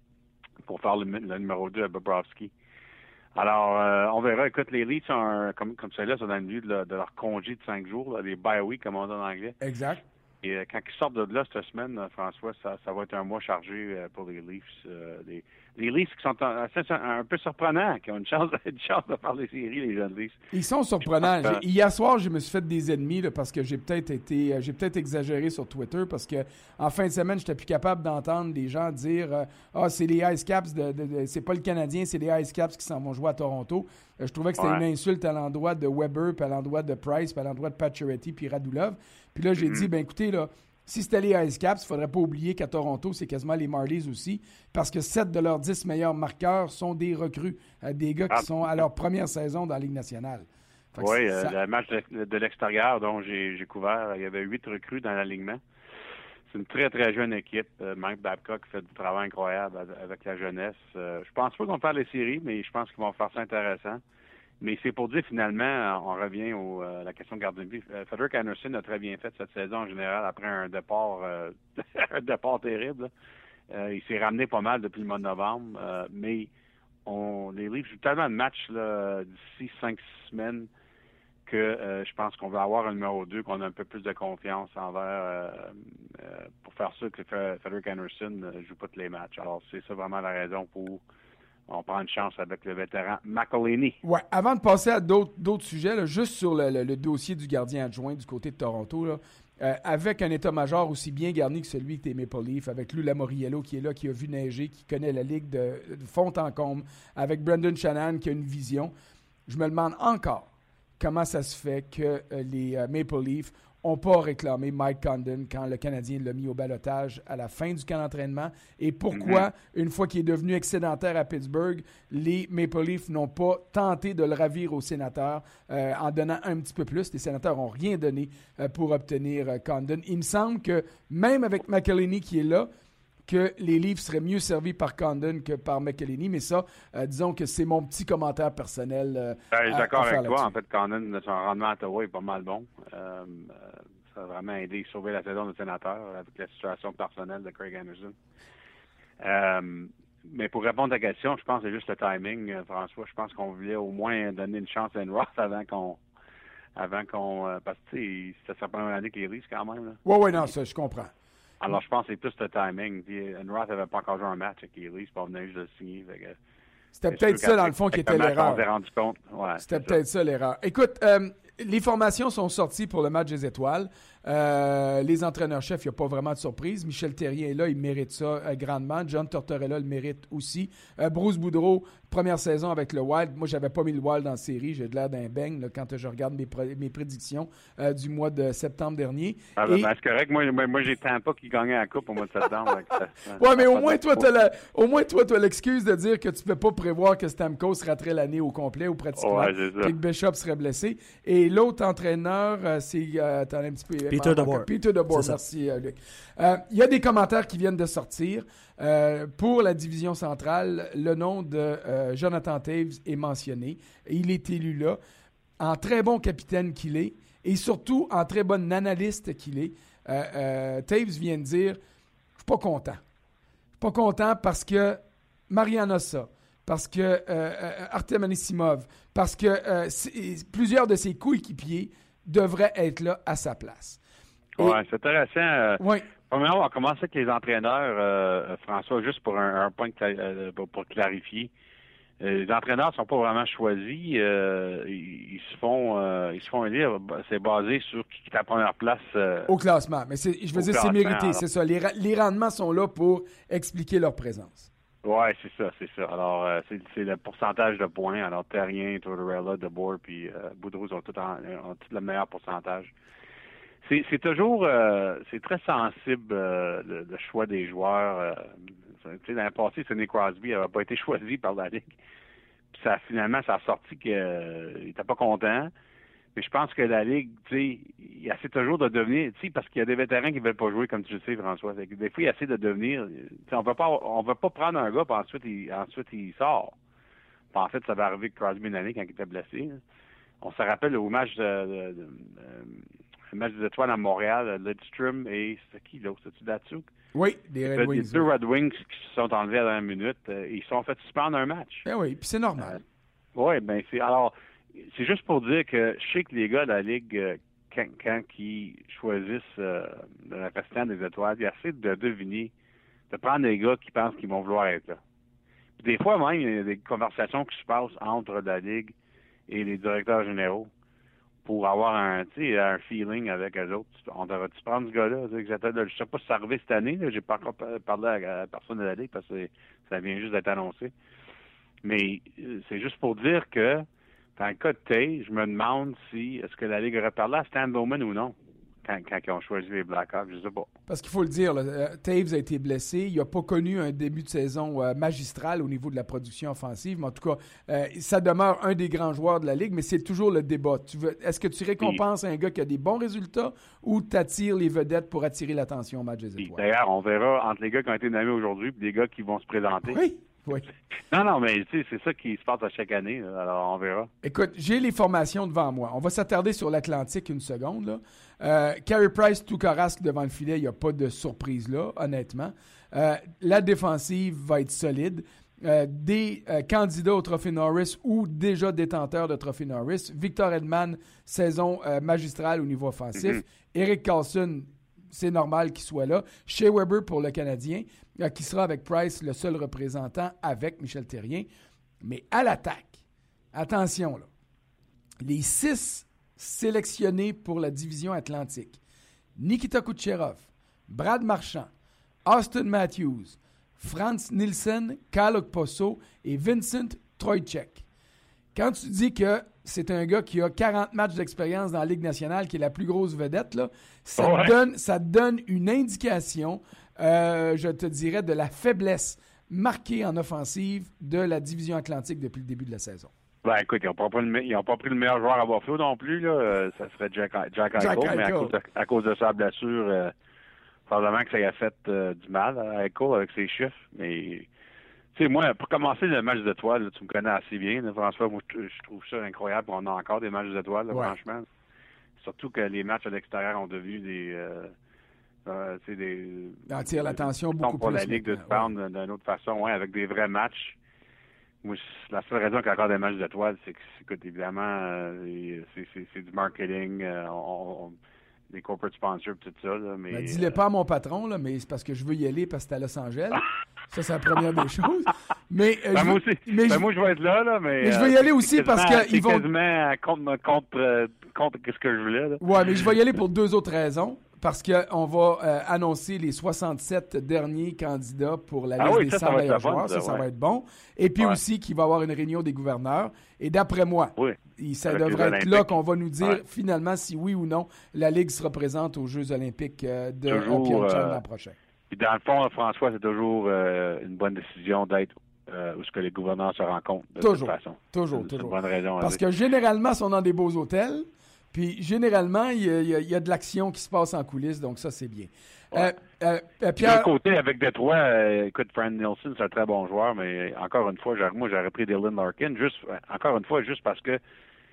pour faire le numéro 2 à Bobrovsky. Alors, on verra. Écoute, les Leafs sont, comme ceux-là, sont dans le milieu de leur congé de 5 jours, là, les bye week, comme on dit en anglais. Exact. Et quand ils sortent de là cette semaine, François, ça va être un mois chargé pour les Leafs. Les Leafs qui sont un peu surprenants, qui ont une chance de faire les séries, les jeunes Leafs. Ils sont surprenants. Hier soir, je me suis fait des ennemis là, parce que j'ai peut-être exagéré sur Twitter parce que en fin de semaine, j'étais plus capable d'entendre des gens dire c'est les Ice Caps, c'est pas le Canadien, c'est les Ice Caps qui s'en vont jouer à Toronto. Je trouvais que c'était une insulte à l'endroit de Weber, puis à l'endroit de Price, puis à l'endroit de Pacioretty, puis Radulov. Puis là, j'ai dit, écoutez, là, si c'était les Ice Caps, il ne faudrait pas oublier qu'à Toronto, c'est quasiment les Marlies aussi, parce que 7 de leurs 10 meilleurs marqueurs sont des recrues, des gars qui sont à leur première saison dans la Ligue nationale. Oui, le match de l'extérieur dont j'ai couvert, il y avait 8 recrues dans l'alignement. C'est une très, très jeune équipe. Mike Babcock fait du travail incroyable avec la jeunesse. Je pense pas qu'on va faire les séries, mais je pense qu'ils vont faire ça intéressant. Mais c'est pour dire, finalement, on revient à la question de gardien de but. Frederik Andersen a très bien fait cette saison en général après un départ un départ terrible. Il s'est ramené pas mal depuis le mois de novembre. Mais les Leafs jouent tellement de matchs d'ici 5-6 semaines que je pense qu'on va avoir un numéro 2, qu'on a un peu plus de confiance envers pour faire ça que Frederik Andersen ne joue pas tous les matchs. Alors, c'est ça vraiment la raison pour on prend une chance avec le vétéran McElhinney. Ouais, avant de passer à d'autres sujets, là, juste sur le dossier du gardien adjoint du côté de Toronto, là, avec un état-major aussi bien garni que celui que t'es Maple Leaf, avec Lou Lamoriello qui est là, qui a vu neiger, qui connaît la ligue de fond en comble, avec Brendan Shanahan qui a une vision, je me demande encore comment ça se fait que les Maple Leafs n'ont pas réclamé Mike Condon quand le Canadien l'a mis au balotage à la fin du camp d'entraînement et pourquoi, une fois qu'il est devenu excédentaire à Pittsburgh, les Maple Leafs n'ont pas tenté de le ravir aux sénateurs en donnant un petit peu plus. Les sénateurs n'ont rien donné pour obtenir Condon. Il me semble que même avec McElhinney qui est là, que les Leafs seraient mieux servis par Condon que par McElhinney, mais ça, disons que c'est mon petit commentaire personnel. Je suis d'accord avec toi. En fait, Condon, son rendement à Ottawa est pas mal bon. Ça a vraiment aidé à sauver la saison des sénateurs avec la situation personnelle de Craig Anderson. Mais pour répondre à ta question, je pense que c'est juste le timing, François. Je pense qu'on voulait au moins donner une chance à Roth avant qu'on parce que ça fait pas une année que les Leafs quand même. Oui, non, ça, je comprends. Alors, je pense que c'est plus le timing. Roth n'avait pas encore joué un match avec les Leafs, on venait juste de le signer. C'était peut-être ça, dans le fond, qui était l'erreur. On s'est rendu compte. Ouais, c'était peut-être ça l'erreur. Écoute, les formations sont sorties pour le match des étoiles. Les entraîneurs-chefs, il n'y a pas vraiment de surprise. Michel Therrien est là, il mérite ça grandement. John Tortorella le mérite aussi. Bruce Boudreau, première saison avec le Wild. Moi, j'avais pas mis le Wild dans la série. J'ai de l'air d'un bang là, quand je regarde mes prédictions du mois de septembre dernier. C'est correct. Moi j'ai Tampa qui gagnait la Coupe au mois de septembre. Oui, mais au moins, toi, tu as l'excuse de dire que tu ne peux pas prévoir que Stamkos raterait l'année au complet ou pratiquement. Ouais, c'est ça. Et que Bishop serait blessé. Et l'autre entraîneur, c'est... attends un petit peu... Peter DeBoer. Peter DeBoer, merci Luc. Il y a des commentaires qui viennent de sortir. Pour la division centrale, le nom de Jonathan Toews est mentionné. Il est élu là. En très bon capitaine qu'il est, Et surtout, en très bon analyste qu'il est, Taves vient de dire « Je suis pas content. Je suis pas content parce que Marian Hossa, parce que Artem Anisimov, parce que plusieurs de ses coéquipiers devraient être là à sa place. » Oui, c'est intéressant. Oui. Premièrement, on va commencer avec les entraîneurs, François, juste pour un point pour clarifier. Les entraîneurs ne sont pas vraiment choisis. Ils se font élire. C'est basé sur qui est à première place. Au classement. Mais je veux dire, c'est mérité, c'est ça. Les rendements sont là pour expliquer leur présence. Oui, c'est ça. Alors, c'est le pourcentage de points. Alors, Terrien, Tortorella, DeBoer, puis Boudreau ont tous le meilleur pourcentage. C'est toujours, c'est très sensible le choix des joueurs. Tu sais, dans le passé, Sidney Crosby n'avait pas été choisi par la Ligue. Puis ça a sorti qu'il n'était pas content. Mais je pense que la Ligue, tu sais, il essaie toujours de devenir, tu sais, parce qu'il y a des vétérans qui ne veulent pas jouer, comme tu le sais, François. Des fois, il essaie de devenir, tu sais, on veut pas prendre un gars, puis ensuite il sort. Puis en fait, ça va arriver avec Crosby une année quand il était blessé. Là. On se rappelle au match le match des étoiles à Montréal, Lidstrom et c'est qui l'autre? C'est-tu Datsuk? Oui, des Red Wings. Les deux Red Wings qui se sont enlevés à la minute, ils se sont fait suspendre un match. Ben oui, puis c'est normal. Oui, ben c'est juste pour dire que je sais que les gars de la Ligue, quand ils choisissent le restant des étoiles, ils essaient de deviner, de prendre des gars qui pensent qu'ils vont vouloir être là. Puis des fois même, il y a des conversations qui se passent entre la Ligue et les directeurs généraux pour avoir un feeling avec eux autres. On devrait-tu prendre ce gars-là? Je sais pas si ça arrivé cette année. J'ai pas encore parlé à personne de la Ligue parce que ça vient juste d'être annoncé. Mais c'est juste pour dire que dans le cas de Tay, je me demande si est-ce que la Ligue aurait parlé à Stan Bowman ou non quand ils ont choisi les Blackhawks. Je sais pas. Parce qu'il faut le dire, Taves a été blessé. Il n'a pas connu un début de saison magistral au niveau de la production offensive. Mais en tout cas, ça demeure un des grands joueurs de la Ligue, mais c'est toujours le débat. Est-ce que tu récompenses un gars qui a des bons résultats ou tu attires les vedettes pour attirer l'attention au match des étoiles? D'ailleurs, on verra entre les gars qui ont été nommés aujourd'hui et les gars qui vont se présenter. Oui. Non, mais tu sais, c'est ça qui se passe à chaque année. Là. Alors, on verra. Écoute, j'ai les formations devant moi. On va s'attarder sur l'Atlantique une seconde. Là. Carey Price, tout carrasque devant le filet. Il n'y a pas de surprise là, honnêtement. La défensive va être solide. Des candidats au Trophée Norris ou déjà détenteurs de Trophée Norris. Victor Hedman, saison magistrale au niveau offensif. Erik Karlsson, c'est normal qu'il soit là. Shea Weber pour le Canadien, qui sera avec Price le seul représentant avec Michel Terrien. Mais à l'attaque, attention, là, les 6 sélectionnés pour la division Atlantique, Nikita Kucherov, Brad Marchand, Austin Matthews, Franz Nielsen, Kyle Okposo et Vincent Trocheck. Quand tu dis que c'est un gars qui a 40 matchs d'expérience dans la Ligue nationale, qui est la plus grosse vedette, là, ça te donne une indication, je te dirais, de la faiblesse marquée en offensive de la division Atlantique depuis le début de la saison. Ben écoute, ils n'ont pas pris le meilleur joueur à Buffalo non plus. Là. Ça serait Jack Eichel, mais à cause de sa blessure, probablement que ça a fait du mal à Eichel avec ses chiffres. Mais tu sais, moi, pour commencer le match d'étoiles, tu me connais assez bien, là, François. Moi, je trouve ça incroyable qu'on a encore des matchs d'étoiles, franchement. Surtout que les matchs à l'extérieur ont devenu des attire l'attention beaucoup pour plus. La Ligue de se prendre d'une autre façon, avec des vrais matchs. Moi, la seule raison qu'il y a encore des matchs d'étoiles, c'est que, écoute, évidemment, c'est du marketing, des corporate sponsors, tout ça. Là, mais dis-le pas à mon patron, là, mais c'est parce que je veux y aller parce que c'est à Los Angeles. Ça, c'est la première des choses. Mais, moi aussi. Moi, je vais être là, mais je veux y aller aussi parce qu'ils vont... quasiment contre ce que je voulais. Là. Ouais, mais je vais y aller pour 2 autres raisons. Parce qu'on va annoncer les 67 derniers candidats pour la liste des 100 meilleurs joueurs. Ça va être bon. Et puis aussi qu'il va y avoir une réunion des gouverneurs. Et d'après moi, ça devrait être là qu'on va nous dire finalement si oui ou non la Ligue sera présente aux Jeux olympiques de Pyeongchang l'an prochain. Puis dans le fond, François, c'est toujours une bonne décision d'être où ce que les gouverneurs se rencontrent de toute façon. Toujours. C'est une bonne raison. Parce que généralement, ils sont dans des beaux hôtels. Puis, généralement, il y a de l'action qui se passe en coulisses, donc ça, c'est bien. Pierre... D'un côté, avec Détroit, écoute, Fran Nielsen, c'est un très bon joueur, mais encore une fois, j'aurais pris Dylan Larkin, juste parce que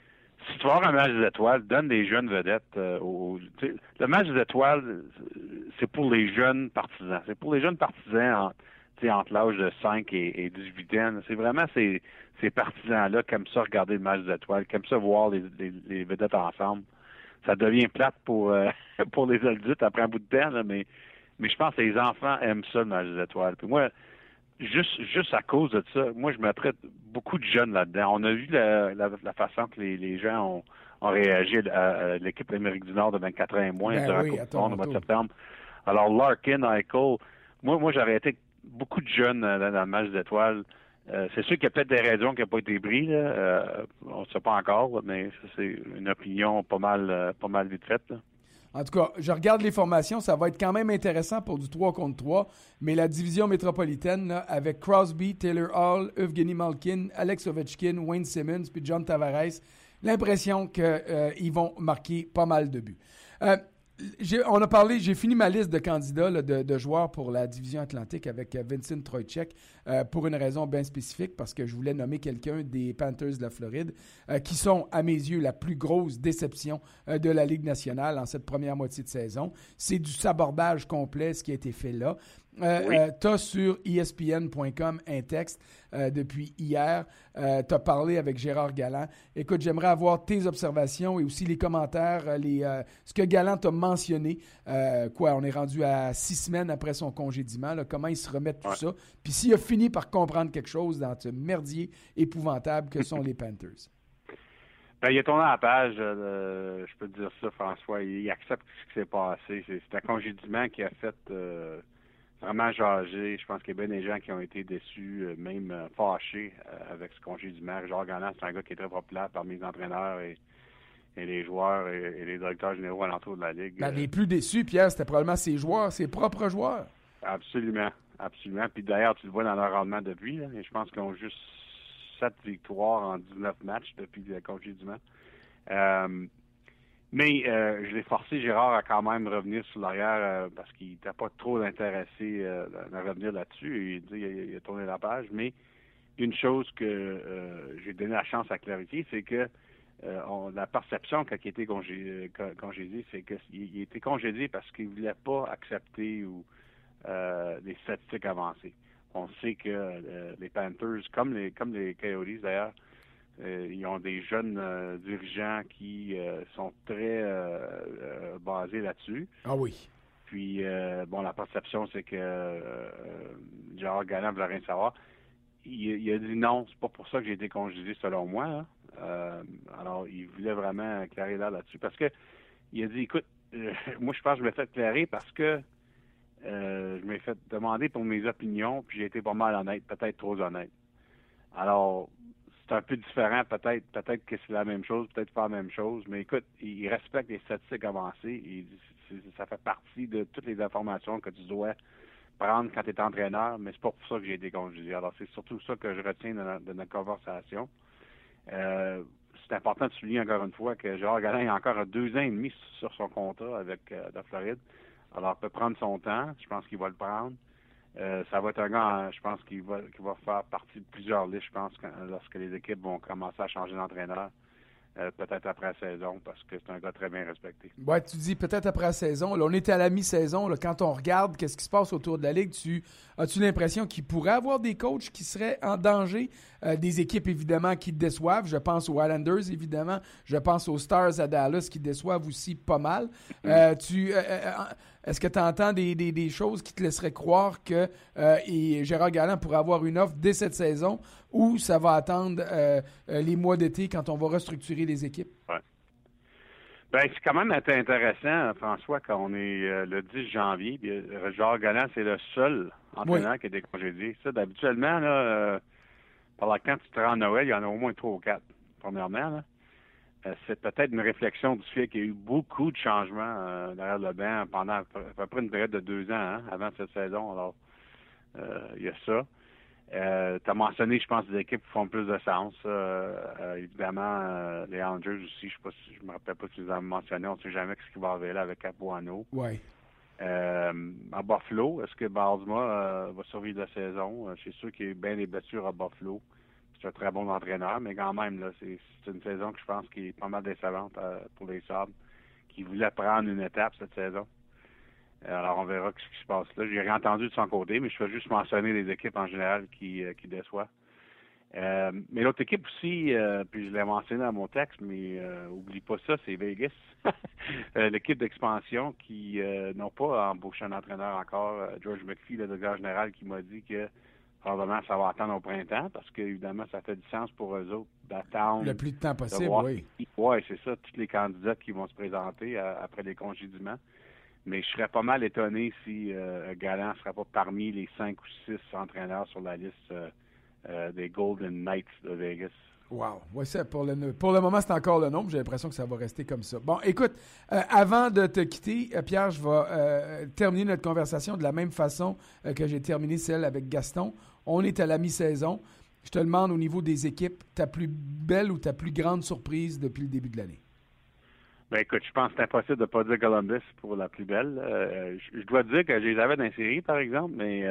si tu vas avoir un match des étoiles, donne des jeunes vedettes. Le match des étoiles, c'est pour les jeunes partisans. C'est pour les jeunes partisans entre l'âge de 5 et 18 ans. C'est vraiment ces partisans-là qui aiment ça regarder le match des étoiles, qui aiment ça voir les vedettes ensemble. Ça devient plate pour les adultes après un bout de temps, là, mais je pense que les enfants aiment ça, le match des étoiles. Puis moi, juste à cause de ça, moi, je mettrais beaucoup de jeunes là-dedans. On a vu la façon que les gens ont réagi à l'équipe de l'Amérique du Nord de 24 ans et moins durant la Coupe du Monde au mois de septembre. Alors, Larkin, Eichel, moi j'aurais été beaucoup de jeunes dans le match d'étoiles. C'est sûr qu'il y a peut-être des raisons qui n'ont pas été prises. On ne sait pas encore, mais ça, c'est une opinion pas mal vite faite. Là. En tout cas, je regarde les formations. Ça va être quand même intéressant pour du 3 contre 3. Mais la division métropolitaine, là, avec Crosby, Taylor Hall, Evgeny Malkin, Alex Ovechkin, Wayne Simmons, puis John Tavares, l'impression qu'ils vont marquer pas mal de buts. J'ai fini ma liste de candidats là, de joueurs pour la division Atlantique avec Vincent Trocheck pour une raison bien spécifique, parce que je voulais nommer quelqu'un des Panthers de la Floride qui sont, à mes yeux, la plus grosse déception de la Ligue nationale en cette première moitié de saison. C'est du sabordage complet, ce qui a été fait là. Oui. Tu as sur ESPN.com un texte depuis hier. Tu as parlé avec Gérard Galland. Écoute, j'aimerais avoir tes observations et aussi les commentaires, ce que Galland t'a mentionné. On est rendu à 6 semaines après son congédiement. Là, comment il se remet de tout ça. Puis s'il a fini par comprendre quelque chose dans ce merdier épouvantable que sont les Panthers. Ben, il est tourné à la page, je peux te dire ça, François. Il accepte ce qui s'est passé. C'est un congédiement qui a fait... vraiment jaser. Je pense qu'il y a bien des gens qui ont été déçus, même fâchés avec ce congédiement. Jacques Galland, c'est un gars qui est très populaire parmi les entraîneurs et les joueurs et les directeurs généraux alentour de la Ligue. Les plus déçus, Pierre, c'était probablement ses joueurs, ses propres joueurs. Absolument. Puis d'ailleurs, tu le vois dans leur rendement depuis. Là, et je pense qu'ils ont juste 7 victoires en 19 matchs depuis le congédiement. Mais je l'ai forcé, Gérard, à quand même revenir sur l'arrière parce qu'il n'était pas trop intéressé à revenir là-dessus. Il a tourné la page. Mais une chose que j'ai donné la chance à clarifier, c'est que la perception quand il a été congédié, c'est qu'il a été congédié parce qu'il ne voulait pas accepter les statistiques avancées. On sait que les Panthers, comme les Coyotes d'ailleurs, ils ont des jeunes dirigeants qui sont très basés là-dessus. Ah oui. Puis, la perception, c'est que Gérard Galland ne voulait rien savoir. Il a dit non, c'est pas pour ça que j'ai été congédié, selon moi. Hein. Alors, il voulait vraiment éclairer là-dessus. Parce que il a dit, écoute, moi, je pense que je m'ai fait éclairer parce que je m'ai fait demander pour mes opinions, puis j'ai été pas mal honnête, peut-être trop honnête. Alors, c'est un peu différent, peut-être que c'est la même chose, peut-être pas la même chose, mais écoute, il respecte les statistiques avancées, ça fait partie de toutes les informations que tu dois prendre quand tu es entraîneur, mais c'est pas pour ça que j'ai été congédié. Alors, c'est surtout ça que je retiens de notre conversation. C'est important de souligner encore une fois que Gérard Galland a encore 2 ans et demi sur son contrat avec la Floride. Alors, il peut prendre son temps, je pense qu'il va le prendre. Ça va être un gars, je pense, qui va faire partie de plusieurs listes, je pense, lorsque les équipes vont commencer à changer d'entraîneur, peut-être après la saison, parce que c'est un gars très bien respecté. Ouais, tu dis peut-être après la saison. Là, on était à la mi-saison. Là, quand on regarde qu'est-ce qui se passe autour de la Ligue, as-tu l'impression qu'il pourrait avoir des coachs qui seraient en danger? Des équipes, évidemment, qui déçoivent. Je pense aux Islanders, évidemment. Je pense aux Stars à Dallas, qui déçoivent aussi pas mal. Est-ce que tu entends des choses qui te laisseraient croire que Gérard Galland pourrait avoir une offre dès cette saison, ou ça va attendre les mois d'été quand on va restructurer les équipes? Ouais. Ben, c'est quand même intéressant, François, quand on est le 10 janvier. Gérard Galland, c'est le seul entraîneur qui a été congédié. Ça, d'habituellement, là, quand tu te rends à Noël, il y en a au moins 3 ou 4, premièrement. Là. C'est peut-être une réflexion du fait qu'il y a eu beaucoup de changements derrière le banc pendant à peu près une période de 2 ans avant cette saison. Alors, il y a ça. Tu as mentionné, je pense, des équipes qui font plus de sens. Évidemment, les Islanders aussi, je me rappelle pas si vous avez mentionné, on ne sait jamais ce qui va arriver là avec Capuano. Oui. À Buffalo, est-ce que Barzma va survivre la saison? C'est sûr qu'il y a eu bien des blessures à Buffalo. c'est un très bon entraîneur, mais quand même, là, c'est une saison que je pense qui est pas mal décevante pour les Sabres, qui voulaient prendre une étape cette saison. Alors, on verra ce qui se passe là. J'ai rien entendu de son côté, mais je vais juste mentionner les équipes en général qui déçoivent. Mais l'autre équipe aussi, puis je l'ai mentionné dans mon texte, mais oublie pas ça, c'est Vegas. L'équipe d'expansion qui n'ont pas embauché un entraîneur encore. George McPhee, le directeur général, qui m'a dit que probablement ça va attendre au printemps, parce qu'évidemment, ça fait du sens pour eux autres d'attendre. Le plus de temps possible, oui. Oui, c'est ça, tous les candidats qui vont se présenter après les congédiements. Mais je serais pas mal étonné si Gallant ne serait pas parmi les 5 ou 6 entraîneurs sur la liste des Golden Knights de Vegas. Wow. Ouais, ça, pour le moment, c'est encore le nombre. J'ai l'impression que ça va rester comme ça. Bon, écoute, avant de te quitter, Pierre, je vais terminer notre conversation de la même façon que j'ai terminé celle avec Gaston. On est à la mi-saison. Je te demande au niveau des équipes, ta plus belle ou ta plus grande surprise depuis le début de l'année? Ben écoute, je pense que c'est impossible de ne pas dire Columbus pour la plus belle. Je dois dire que je les avais dans la série, par exemple, mais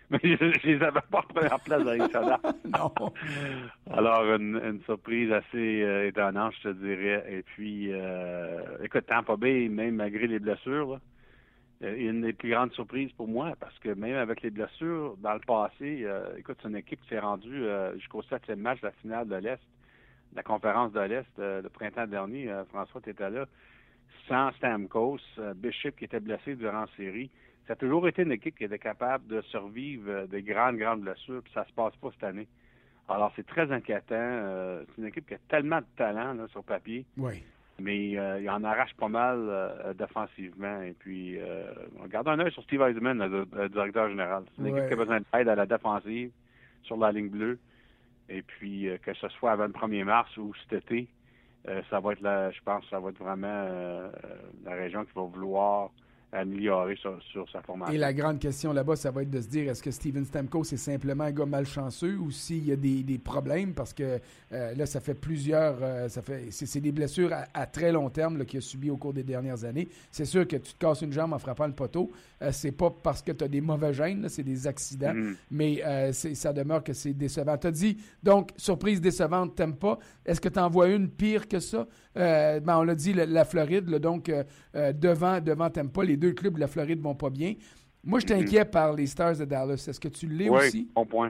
je les avais pas en première place dans les sondages. Non. Alors, une surprise assez étonnante, je te dirais. Et puis, écoute, Tampa Bay, même malgré les blessures, là, une des plus grandes surprises pour moi, parce que même avec les blessures, dans le passé, écoute, c'est une équipe qui s'est rendue jusqu'au 7e match de la finale de l'Est, la conférence de l'Est le printemps dernier. François, tu étais là. Sans Stamkos, Bishop qui était blessé durant la série. Ça a toujours été une équipe qui était capable de survivre des grandes blessures, puis ça se passe pas cette année. Alors, c'est très inquiétant. C'est une équipe qui a tellement de talent là, sur papier. Oui. Mais il en arrache pas mal défensivement. Et puis, on garde un œil sur Steve Eisenman, le directeur général. C'est une équipe qui a besoin d'aide à la défensive, sur la ligne bleue. Et puis, que ce soit avant le 1er mars ou cet été, ça va être je pense que ça va être vraiment la région qui va vouloir améliorer sur sa formation. Et la grande question là-bas, ça va être de se dire, est-ce que Steven Stamkos est simplement un gars malchanceux ou s'il y a des problèmes? Parce que là, ça fait plusieurs... c'est des blessures à très long terme qu'il a subi au cours des dernières années. C'est sûr que tu te casses une jambe en frappant le poteau. C'est pas parce que tu as des mauvais gènes, là, c'est des accidents. Mais ça demeure que c'est décevant. Tu as dit, donc, surprise décevante, t'aimes pas. Est-ce que tu en vois une pire que ça? On l'a dit, la Floride, là, donc devant t'aimes pas. Les deux clubs de la Floride vont pas bien. Moi, je t'inquiète par les Stars de Dallas. Est-ce que tu l'es aussi? Oui, bon point.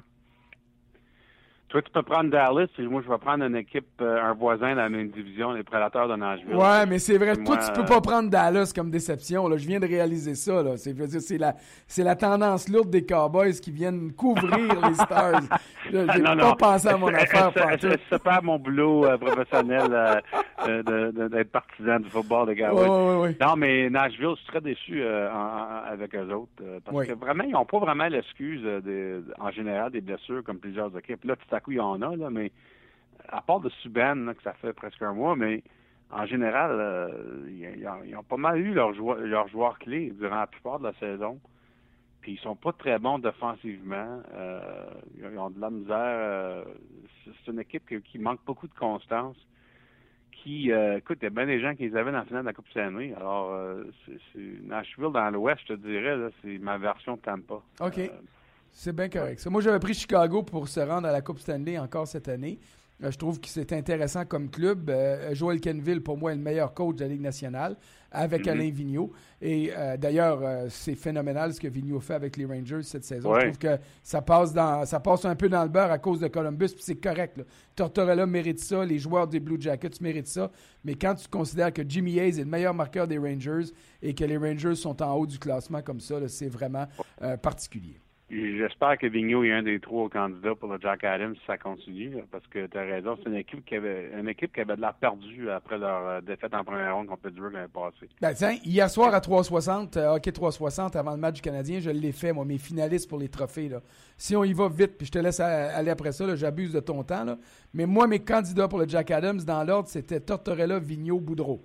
Toi, tu peux prendre Dallas et moi, je vais prendre une équipe, un voisin dans la même division, les Prédateurs de Nashville. Ouais, mais c'est vrai. Toi, tu peux pas prendre Dallas comme déception. Là. Je viens de réaliser ça. Là. C'est la tendance lourde des Cowboys qui viennent couvrir les Stars. J'ai pas pensé à mon affaire. C'est pas mon boulot professionnel d'être partisan du football des Cowboys. Oui. Non, mais Nashville, je suis très déçu avec eux autres. Parce que vraiment, ils n'ont pas vraiment l'excuse en général des blessures comme plusieurs équipes. Là, tout à coup, il y en a, là, mais à part de Subban, là, que ça fait presque un mois, mais en général, ils ont pas mal eu leurs joueurs clés durant la plupart de la saison. Puis ils sont pas très bons défensivement. Ils ont de la misère. C'est une équipe qui manque beaucoup de constance. Écoute, il y a bien des gens qui les avaient dans la finale de la Coupe Stanley. Alors, c'est Nashville dans l'Ouest, je te dirais, là, c'est ma version de Tampa. OK. C'est bien correct. Ça. Moi, j'avais pris Chicago pour se rendre à la Coupe Stanley encore cette année. Je trouve que c'est intéressant comme club. Joel Kenville, pour moi, est le meilleur coach de la Ligue nationale avec Alain Vigneault. Et d'ailleurs, c'est phénoménal ce que Vigneault fait avec les Rangers cette saison. Ouais. Je trouve que ça passe un peu dans le beurre à cause de Columbus, puis c'est correct. Là. Tortorella mérite ça, les joueurs des Blue Jackets méritent ça. Mais quand tu considères que Jimmy Hayes est le meilleur marqueur des Rangers et que les Rangers sont en haut du classement comme ça, là, c'est vraiment particulier. J'espère que Vigneault est un des 3 candidats pour le Jack Adams si ça continue, là, parce que tu as raison, c'est une équipe qui avait de l'air perdue après leur défaite en première ronde contre Pittsburgh l'année passée. Ben tiens, hier soir à 360, hockey 360, avant le match du Canadien, je l'ai fait, moi, mes finalistes pour les trophées. Là. Si on y va vite, puis je te laisse aller après ça, là, j'abuse de ton temps, là. Mais moi, mes candidats pour le Jack Adams, dans l'ordre, c'était Tortorella, Vigneault, Boudreau.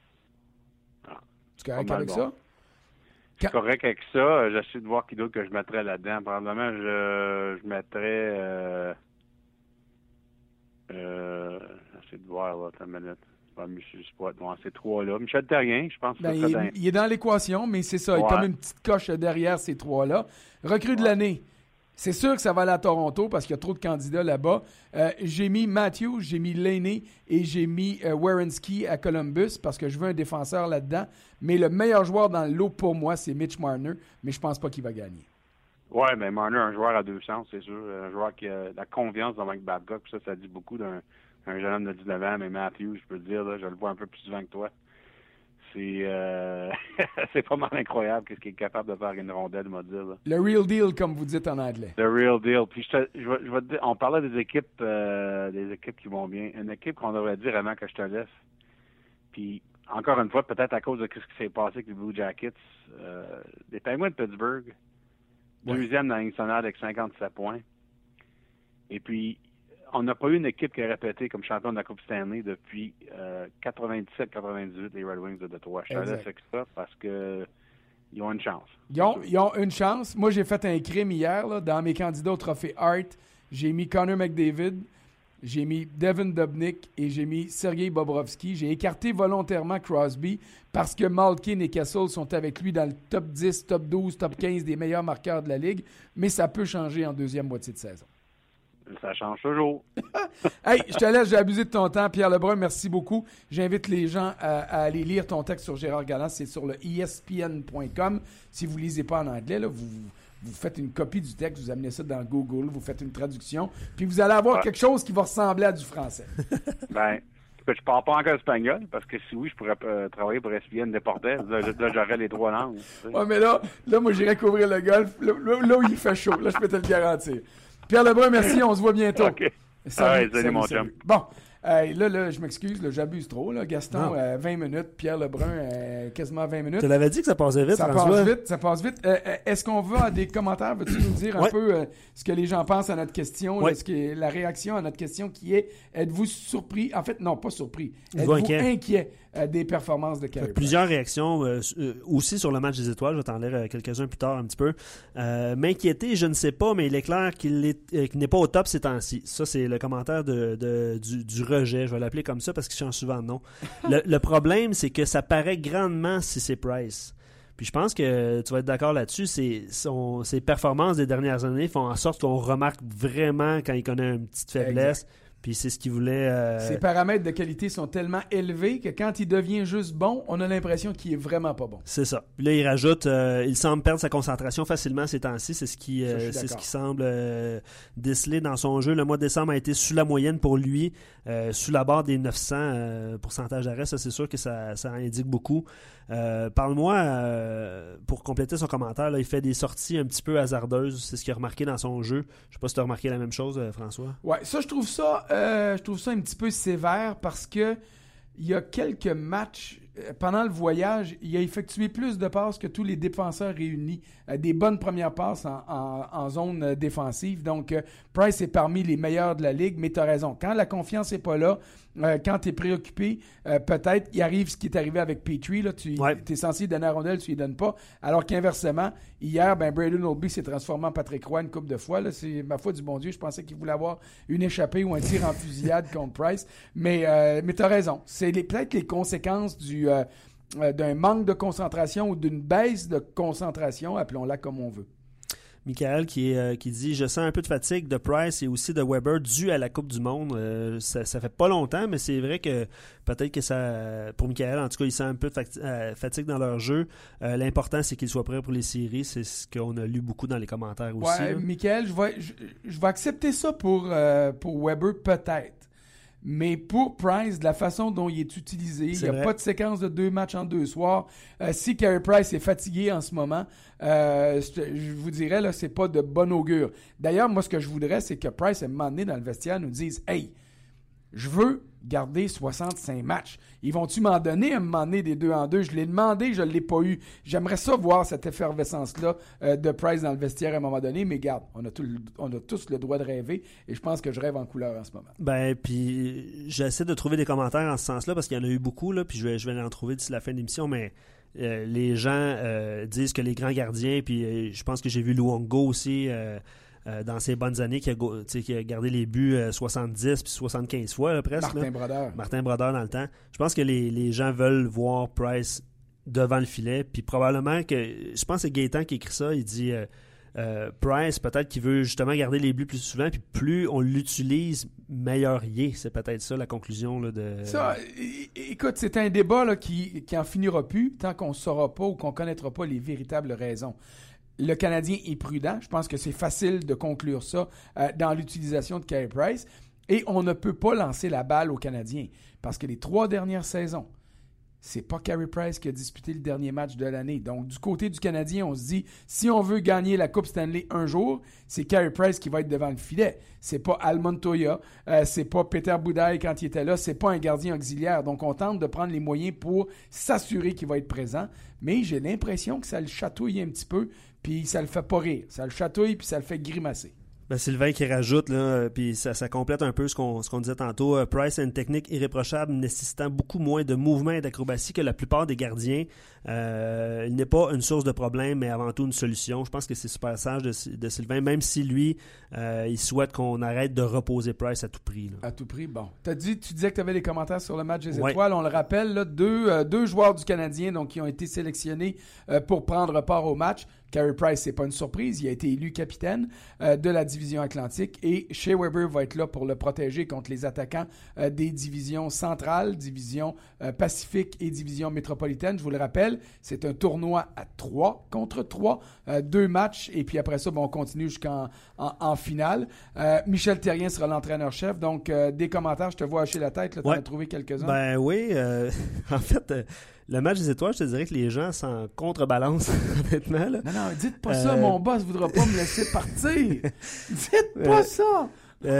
Tu es correct avec ça? Je suis correct avec ça. J'essaie de voir qui d'autre que je mettrais là-dedans. Probablement, je mettrais... j'essaie de voir, là, attends une minute. Bon, ces 3-là. Michel Therrien, je pense que il est dans l'équation, mais c'est ça. Il est comme une petite coche derrière ces 3-là. Recrue de l'année. C'est sûr que ça va aller à Toronto parce qu'il y a trop de candidats là-bas. J'ai mis Matthews, j'ai mis Laney et j'ai mis Werenski à Columbus parce que je veux un défenseur là-dedans. Mais le meilleur joueur dans le lot pour moi, c'est Mitch Marner, mais je pense pas qu'il va gagner. Oui, mais Marner, un joueur à deux sens, c'est sûr. Un joueur qui a la confiance dans Mike Babcock, puis ça dit beaucoup d'un jeune homme de 19 ans, mais Matthews, je peux te dire, là, je le vois un peu plus souvent que toi. C'est pas mal incroyable ce qu'il est capable de faire avec une rondelle, m'a dit. Là. Le real deal, comme vous dites en anglais. The real deal. Puis je vais te dire, on parlait des équipes qui vont bien. Une équipe qu'on devrait dire avant que je te laisse. Puis encore une fois, peut-être à cause de ce qui s'est passé avec les Blue Jackets, les Penguins de Pittsburgh, deuxième dans la Ligue nationale avec 57 points. Et puis on n'a pas eu une équipe qui a répété comme champion de la Coupe Stanley depuis 97-98, les Red Wings de Detroit. Je te laisse avec ça parce que ils ont une chance. Ils ont une chance. Moi, j'ai fait un crime hier là, dans mes candidats au trophée Hart. J'ai mis Connor McDavid, j'ai mis Devin Dubnyk et j'ai mis Sergei Bobrovsky. J'ai écarté volontairement Crosby parce que Malkin et Kessel sont avec lui dans le top 10, top 12, top 15 des meilleurs marqueurs de la Ligue. Mais ça peut changer en deuxième moitié de saison. Ça change toujours. Hey, je te laisse, j'ai abusé de ton temps. Pierre Lebrun, merci beaucoup. J'invite les gens à aller lire ton texte sur Gérard Galland. C'est sur le ESPN.com. Si vous ne lisez pas en anglais, là, vous faites une copie du texte, vous amenez ça dans Google, vous faites une traduction, puis vous allez avoir quelque chose qui va ressembler à du français. Ben, je parle pas encore espagnol, parce que si oui, je pourrais travailler pour ESPN Deportes. Là, j'aurais les trois langues. Ouais, mais là, moi, j'irais couvrir le golf, là où il fait chaud. Là, je peux te le garantir. Pierre Lebrun, merci, on se voit bientôt. OK. Salut, mon chum. Bon, là, je m'excuse, là, j'abuse trop. Là. Gaston, 20 minutes. Pierre Lebrun, quasiment 20 minutes. Tu l'avais dit que ça passait vite, François? Ça passe vite. Est-ce qu'on va à des commentaires? Veux-tu nous dire un peu ce que les gens pensent à notre question? Là, la réaction à notre question qui est, êtes-vous surpris? En fait, non, pas surpris. Êtes-vous inquiet des performances de Carey Price? Plusieurs réactions aussi sur le match des étoiles. Je vais t'en lire quelques-uns plus tard un petit peu. M'inquiéter, je ne sais pas, mais il est clair qu'il n'est pas au top ces temps-ci. Ça, c'est le commentaire du rejet. Je vais l'appeler comme ça parce qu'il change souvent de nom. Le problème, c'est que ça paraît grandement si c'est Price. Puis je pense que tu vas être d'accord là-dessus. Ses performances des dernières années font en sorte qu'on remarque vraiment quand il connaît une petite faiblesse. Exact. Puis c'est ce qu'il voulait... Ses paramètres de qualité sont tellement élevés que quand il devient juste bon, on a l'impression qu'il est vraiment pas bon. C'est ça. Puis là, il rajoute, il semble perdre sa concentration facilement ces temps-ci. C'est ce qui semble déceler dans son jeu. Le mois de décembre a été sous la moyenne pour lui, sous la barre des 900 pourcentage d'arrêt. Ça, c'est sûr que ça indique beaucoup. Parle-moi, pour compléter son commentaire, là, il fait des sorties un petit peu hasardeuses. C'est ce qu'il a remarqué dans son jeu. Je sais pas si tu as remarqué la même chose, François. Ouais, ça, je trouve ça un petit peu sévère parce que il y a quelques matchs pendant le voyage, il a effectué plus de passes que tous les défenseurs réunis. Des bonnes premières passes en zone défensive. Donc, Price est parmi les meilleurs de la Ligue, mais tu as raison. Quand la confiance n'est pas là, quand tu es préoccupé, peut-être il arrive ce qui est arrivé avec Petrie. Tu es censé donner la rondelle, tu ne lui donnes pas. Alors qu'inversement, hier, Braden Holtby s'est transformé en Patrick Roy une couple de fois. Là, c'est ma foi du bon Dieu. Je pensais qu'il voulait avoir une échappée ou un tir en fusillade contre Price. Mais tu as raison. C'est peut-être les conséquences d'un manque de concentration ou d'une baisse de concentration, appelons-la comme on veut. Michael qui dit « Je sens un peu de fatigue de Price et aussi de Weber dû à la Coupe du Monde. Ça fait pas longtemps, mais c'est vrai que peut-être que ça... Pour Michael, en tout cas, il sent un peu de fatigue dans leur jeu. L'important, c'est qu'il soit prêt pour les séries. C'est ce qu'on a lu beaucoup dans les commentaires aussi. Ouais, Michael, je vais accepter ça pour Weber, peut-être. Mais pour Price, de la façon dont il est utilisé, il n'y a pas de séquence de 2 matchs en 2 soirs. Si Carey Price est fatigué en ce moment, je vous dirais, là, c'est pas de bon augure. D'ailleurs, moi, ce que je voudrais, c'est que Price, à un moment donné, dans le vestiaire, nous dise « Hey, je veux garder 65 matchs. Ils vont-tu m'en donner un moment donné des 2 en 2? Je l'ai demandé, je ne l'ai pas eu. J'aimerais ça voir cette effervescence-là de Price dans le vestiaire à un moment donné, mais garde, on a tous le droit de rêver et je pense que je rêve en couleur en ce moment. Puis j'essaie de trouver des commentaires en ce sens-là parce qu'il y en a eu beaucoup, là, puis je vais en trouver d'ici la fin de l'émission, mais les gens disent que les grands gardiens, puis je pense que j'ai vu Luongo aussi... dans ses bonnes années, qui a gardé les buts 70 puis 75 fois là, presque. Martin Brodeur dans le temps. Je pense que les gens veulent voir Price devant le filet. Puis probablement que... Je pense que c'est Gaétan qui écrit ça. Il dit Price, peut-être qu'il veut justement garder les buts plus souvent, puis plus on l'utilise, meilleur il est. C'est peut-être ça la conclusion là, de... Ça, écoute, c'est un débat là, qui en finira plus tant qu'on ne saura pas ou qu'on ne connaîtra pas les véritables raisons. Le Canadien est prudent. Je pense que c'est facile de conclure ça dans l'utilisation de Carey Price. Et on ne peut pas lancer la balle aux Canadiens parce que les 3 dernières saisons, c'est pas Carey Price qui a disputé le dernier match de l'année. Donc, du côté du Canadien, on se dit, si on veut gagner la Coupe Stanley un jour, c'est Carey Price qui va être devant le filet. C'est pas Al Montoya, c'est pas Peter Budaj quand il était là, c'est pas un gardien auxiliaire. Donc, on tente de prendre les moyens pour s'assurer qu'il va être présent. Mais j'ai l'impression que ça le chatouille un petit peu, puis ça le fait pas rire. Ça le chatouille, puis ça le fait grimacer. Ben Sylvain qui rajoute, là, puis ça complète un peu ce qu'on disait tantôt. Price a une technique irréprochable nécessitant beaucoup moins de mouvements et d'acrobatie que la plupart des gardiens. Il n'est pas une source de problème, mais avant tout une solution. Je pense que c'est super sage de Sylvain, même si lui, il souhaite qu'on arrête de reposer Price à tout prix. Là. À tout prix, bon. Tu disais que tu avais des commentaires sur le match des Ouais. Étoiles. On le rappelle, là, deux joueurs du Canadien donc, qui ont été sélectionnés pour prendre part au match. Carey Price, c'est pas une surprise. Il a été élu capitaine de la division Atlantique et Shea Weber va être là pour le protéger contre les attaquants des divisions centrales, division Pacifique et division métropolitaine. Je vous le rappelle, c'est un tournoi à 3 contre 3, 2 matchs et puis après ça, on continue jusqu'en finale. Michel Therrien sera l'entraîneur-chef. Donc, des commentaires, je te vois hacher la tête. Tu en as trouvé quelques-uns. Ben oui, en fait... Le match des étoiles, je te dirais que les gens s'en contrebalancent, honnêtement. Là. Non, dites pas ça, mon boss voudra pas me laisser partir. Dites pas ça!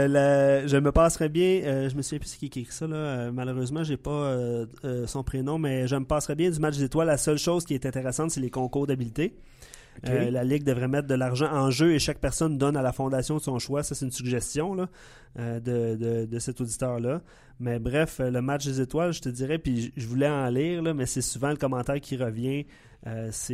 Je me passerais bien, je me souviens plus qui écrit ça, là. Malheureusement, j'ai pas son prénom, mais je me passerais bien du match des étoiles. La seule chose qui est intéressante, c'est les concours d'habileté. Okay. La Ligue devrait mettre de l'argent en jeu et chaque personne donne à la fondation de son choix. Ça, c'est une suggestion là, de cet auditeur-là. Mais bref, le match des étoiles, je te dirais, puis je voulais en lire, là, mais c'est souvent le commentaire qui revient. Ça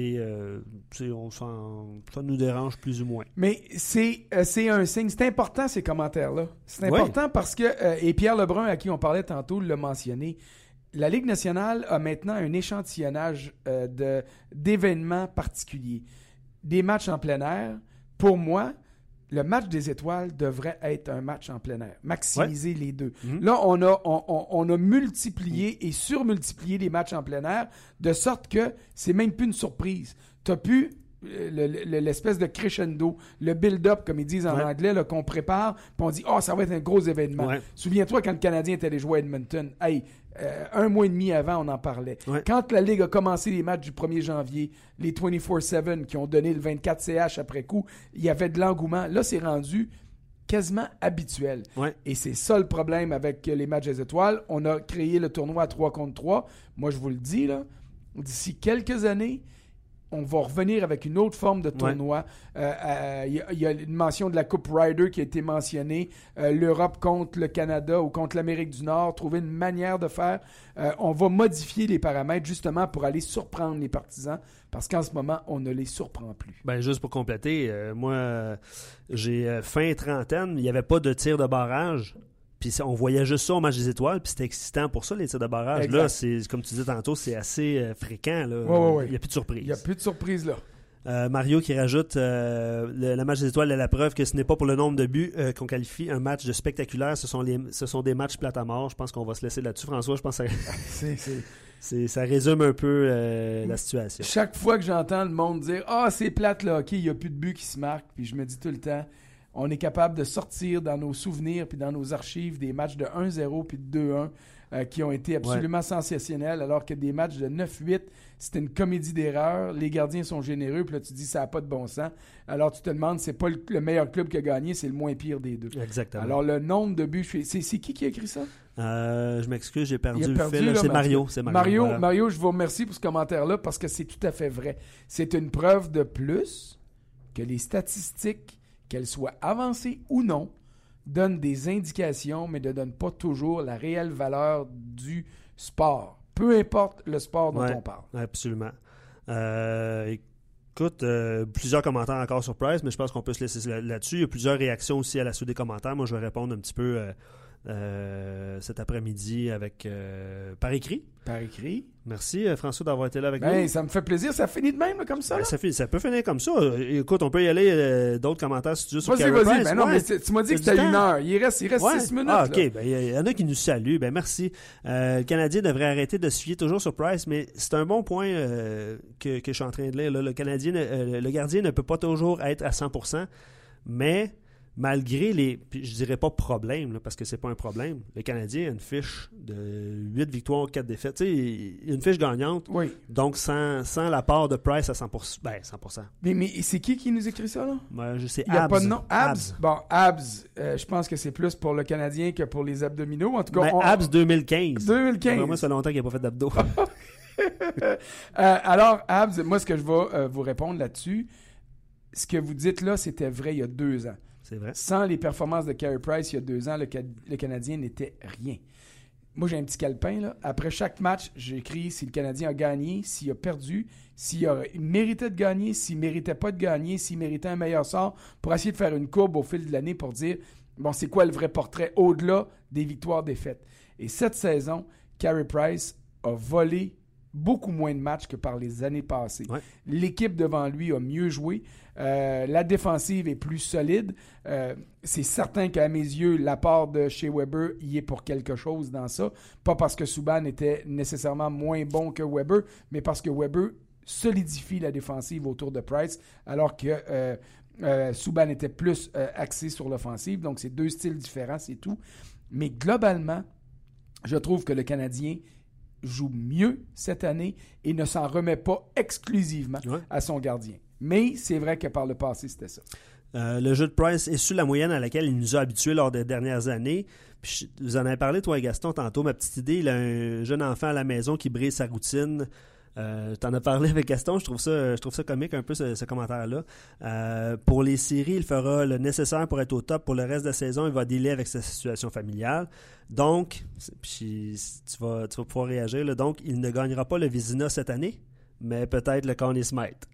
nous dérange plus ou moins. Mais c'est un signe. C'est important, ces commentaires-là. C'est important parce que, et Pierre Lebrun, à qui on parlait tantôt, l'a mentionné, la Ligue nationale a maintenant un échantillonnage d'événements particuliers. Des matchs en plein air, pour moi, le match des étoiles devrait être un match en plein air. Maximiser les deux. Mm-hmm. Là, on a multiplié et surmultiplié les matchs en plein air, de sorte que c'est même plus une surprise. Tu as pu l'espèce de crescendo, le build-up, comme ils disent en anglais, là, qu'on prépare, puis on dit « ça va être un gros événement. Ouais. » Souviens-toi quand le Canadien était allé jouer à Edmonton. Un mois et demi avant, on en parlait. Ouais. Quand la Ligue a commencé les matchs du 1er janvier, les 24/7 qui ont donné le 24 CH après coup, il y avait de l'engouement. Là, c'est rendu quasiment habituel. Ouais. Et c'est ça le problème avec les matchs des étoiles. On a créé le tournoi à 3 contre 3. Moi, je vous le dis, là, d'ici quelques années, on va revenir avec une autre forme de tournoi. Il y a une mention de la Coupe Ryder qui a été mentionnée. L'Europe contre le Canada ou contre l'Amérique du Nord. Trouver une manière de faire. On va modifier les paramètres justement pour aller surprendre les partisans parce qu'en ce moment, on ne les surprend plus. Ben, juste pour compléter, moi, j'ai fin trentaine. Il n'y avait pas de tir de barrage. Puis on voyait juste ça au match des étoiles, puis c'était excitant pour ça, les tirs de barrage. Exact. Là, c'est, comme tu disais tantôt, c'est assez fréquent. Là. Ouais. Il n'y a plus de surprise. Il n'y a plus de surprise, là. Mario qui rajoute le match des étoiles est la preuve que ce n'est pas pour le nombre de buts qu'on qualifie un match de spectaculaire. Ce sont des matchs plate à mort. Je pense qu'on va se laisser là-dessus. François, je pense que ça résume un peu la situation. Chaque fois que j'entends le monde dire « c'est plate le hockey, il n'y a plus de buts qui se marquent », puis je me dis tout le temps... On est capable de sortir dans nos souvenirs puis dans nos archives des matchs de 1-0 puis de 2-1 qui ont été absolument sensationnels, alors que des matchs de 9-8, c'était une comédie d'erreurs. Les gardiens sont généreux, puis là, tu dis ça n'a pas de bon sens. Alors, tu te demandes, c'est pas le meilleur club qui a gagné, c'est le moins pire des deux. Exactement. Alors, le nombre de buts... C'est qui a écrit ça? Je m'excuse, j'ai perdu le fil. Là, c'est Mario. Mario, je vous remercie pour ce commentaire-là, parce que c'est tout à fait vrai. C'est une preuve de plus que les statistiques, qu'elles soient avancées ou non, donnent des indications, mais ne donnent pas toujours la réelle valeur du sport. Peu importe le sport dont on parle. Absolument. Écoute, plusieurs commentaires encore sur Price, mais je pense qu'on peut se laisser là-dessus. Il y a plusieurs réactions aussi à la suite des commentaires. Moi, je vais répondre un petit peu cet après-midi avec par écrit. Par écrit. Merci François d'avoir été là avec nous. Ça me fait plaisir. Ça finit de même là, comme ça. Là? Ça peut finir comme ça. Écoute, on peut y aller d'autres commentaires si tu veux sur Carey Vas-y. Price. Ben non, mais tu m'as dit que c'était 1 heure. Il reste 6 minutes. Ah, OK. Ben, il y en a qui nous saluent. Ben, merci. Le Canadien devrait arrêter de se fier toujours sur Price, mais c'est un bon point que je suis en train de lire. Là. Le gardien ne peut pas toujours être à 100%, mais malgré je dirais pas problème, là, parce que c'est pas un problème, le Canadien a une fiche de 8 victoires, 4 défaites. Tu sais, une fiche gagnante. Oui. Donc, sans la part de Price à 100%. Ben, 100%. Mais c'est qui nous écrit ça, là? Je sais, Il n'y a pas de nom. Abs? Bon, Abs, je pense que c'est plus pour le Canadien que pour les abdominaux. En tout cas, Abs 2015. 2015. Moi, ça fait longtemps qu'il n'a pas fait d'abdos. Alors, Abs, moi, ce que je vais vous répondre là-dessus, ce que vous dites là, c'était vrai il y a 2 ans. C'est vrai. Sans les performances de Carey Price il y a 2 ans, le Canadien n'était rien. Moi, j'ai un petit calepin. Là. Après chaque match, j'écris si le Canadien a gagné, s'il a perdu, s'il méritait de gagner, s'il ne méritait pas de gagner, s'il méritait un meilleur sort, pour essayer de faire une courbe au fil de l'année pour dire, bon, c'est quoi le vrai portrait au-delà des victoires-défaites. Et cette saison, Carey Price a volé beaucoup moins de matchs que par les années passées. Ouais. L'équipe devant lui a mieux joué. La défensive est plus solide. C'est certain qu'à mes yeux, l'apport de Shea Weber y est pour quelque chose dans ça. Pas parce que Subban était nécessairement moins bon que Weber, mais parce que Weber solidifie la défensive autour de Price, alors que Subban était plus axé sur l'offensive. Donc, c'est 2 styles différents, c'est tout. Mais globalement, je trouve que le Canadien joue mieux cette année et ne s'en remet pas exclusivement à son gardien. Mais c'est vrai que par le passé, c'était ça. Le jeu de Price est sur la moyenne à laquelle il nous a habitués lors des dernières années. Puis vous en avez parlé, toi et Gaston, tantôt. Ma petite idée, il a un jeune enfant à la maison qui brise sa routine. T'en as parlé avec Gaston, je trouve ça comique un peu ce commentaire-là. Pour les séries, il fera le nécessaire pour être au top. Pour le reste de la saison, il va dealer avec sa situation familiale. Donc, puis tu vas pouvoir réagir. Là. Donc, il ne gagnera pas le Vizina cette année, mais peut-être le Conn Smythe.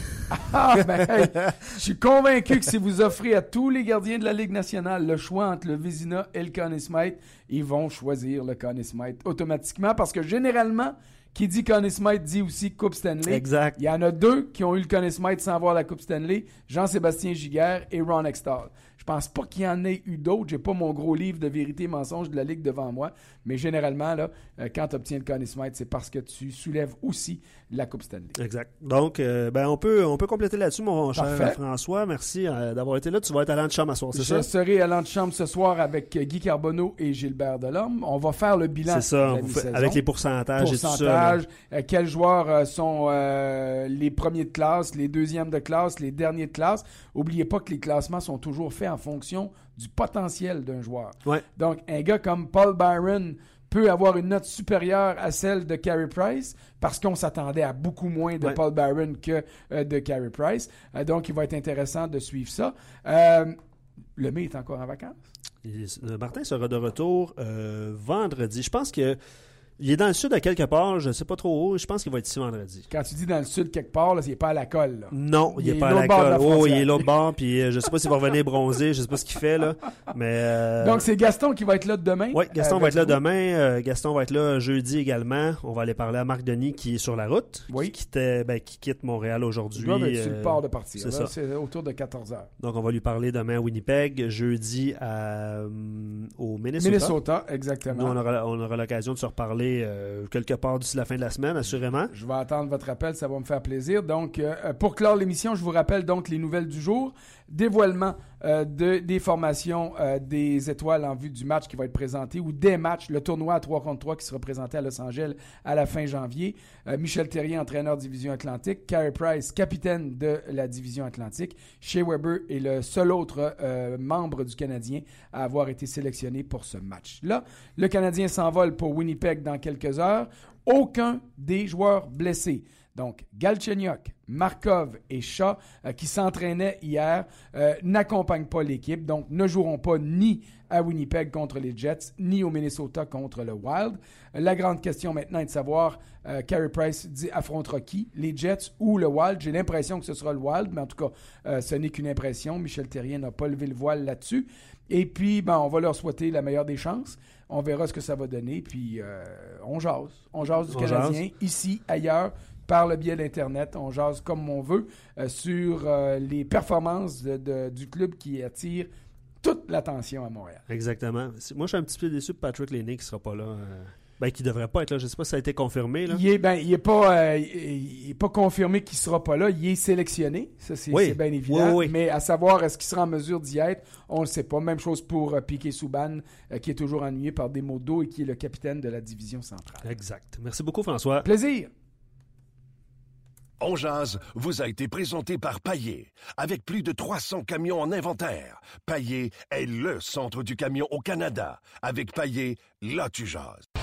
Je suis convaincu que si vous offrez à tous les gardiens de la Ligue nationale le choix entre le Vizina et le Conn Smythe, ils vont choisir le Conn Smythe automatiquement parce que généralement, qui dit Conn Smythe dit aussi Coupe Stanley. Exact. Il y en a 2 qui ont eu le Conn Smythe sans avoir la Coupe Stanley, Jean-Sébastien Giguère et Ron Hextall. Je pense pas qu'il y en ait eu d'autres. J'ai pas mon gros livre de vérité et mensonges de la Ligue devant moi. Mais généralement, là, quand tu obtiens le Conn Smythe, c'est parce que tu soulèves aussi la Coupe Stanley. Exact. Donc, on peut compléter là-dessus, mon cher François. Merci d'avoir été là. Tu vas être à l'antichambre à soir, c'est ça? Je serai à l'antichambre ce soir avec Guy Carbonneau et Gilbert Delorme. On va faire le bilan. C'est ça, avec les pourcentages et tout ça. Quels joueurs sont les premiers de classe, les deuxièmes de classe, les derniers de classe. N'oubliez pas que les classements sont toujours faits en fonction du potentiel d'un joueur. Ouais. Donc, un gars comme Paul Byron peut avoir une note supérieure à celle de Carey Price parce qu'on s'attendait à beaucoup moins de Paul Byron que de Carey Price. Donc, il va être intéressant de suivre ça. Lemay est encore en vacances? Martin sera de retour vendredi. Je pense que il est dans le sud à quelque part, je ne sais pas trop où, je pense qu'il va être ici vendredi. Quand tu dis dans le sud quelque part, là, il n'est pas à la colle. Là. Non, il n'est pas à la colle. Il est l'autre bord, puis je ne sais pas s'il va revenir bronzé, je ne sais pas ce qu'il fait là. Mais donc c'est Gaston qui va être là demain? Oui, Gaston va être là demain. Gaston va être là jeudi également. On va aller parler à Marc Denis qui est sur la route, qui quitte Montréal aujourd'hui. Il doit être sur le port de partir. C'est ça. C'est autour de 14h. Donc on va lui parler demain à Winnipeg, jeudi au Minnesota. Minnesota, exactement. Nous, on aura l'occasion de se reparler quelque part d'ici la fin de la semaine, assurément. Je vais attendre votre appel, ça va me faire plaisir. Donc, pour clore l'émission, je vous rappelle donc les nouvelles du jour. Dévoilement des formations des étoiles en vue du match qui va être présenté ou des matchs, le tournoi à 3 contre 3 qui sera présenté à Los Angeles à la fin janvier. Michel Therrien, entraîneur division Atlantique. Carey Price, capitaine de la division Atlantique. Shea Weber est le seul autre membre du Canadien à avoir été sélectionné pour ce match-là. Le Canadien s'envole pour Winnipeg dans quelques heures. Aucun des joueurs blessés. Donc, Galchenyuk, Markov et Shaw, qui s'entraînaient hier, n'accompagnent pas l'équipe, donc ne joueront pas ni à Winnipeg contre les Jets, ni au Minnesota contre le Wild. La grande question maintenant est de savoir, Carey Price affrontera qui, les Jets ou le Wild. J'ai l'impression que ce sera le Wild, mais en tout cas, ce n'est qu'une impression. Michel Therrien n'a pas levé le voile là-dessus. Et puis, on va leur souhaiter la meilleure des chances. On verra ce que ça va donner, puis on jase. On jase du Canadien, ici, ailleurs, par le biais d'Internet. On jase comme on veut sur les performances du club qui attire toute l'attention à Montréal. Exactement. Moi, je suis un petit peu déçu de Patrick Laine qui ne sera pas là. Qui ne devrait pas être là. Je ne sais pas si ça a été confirmé. Là. Il n'est pas confirmé qu'il ne sera pas là. Il est sélectionné. Ça, c'est bien évident. Oui. Mais à savoir, est-ce qu'il sera en mesure d'y être? On ne le sait pas. Même chose pour Piquet Souban, qui est toujours ennuyé par des maux d'eau et qui est le capitaine de la division centrale. Exact. Merci beaucoup, François. Plaisir. On jase vous a été présenté par Paillé. Avec plus de 300 camions en inventaire, Paillé est le centre du camion au Canada. Avec Paillé, là tu jases.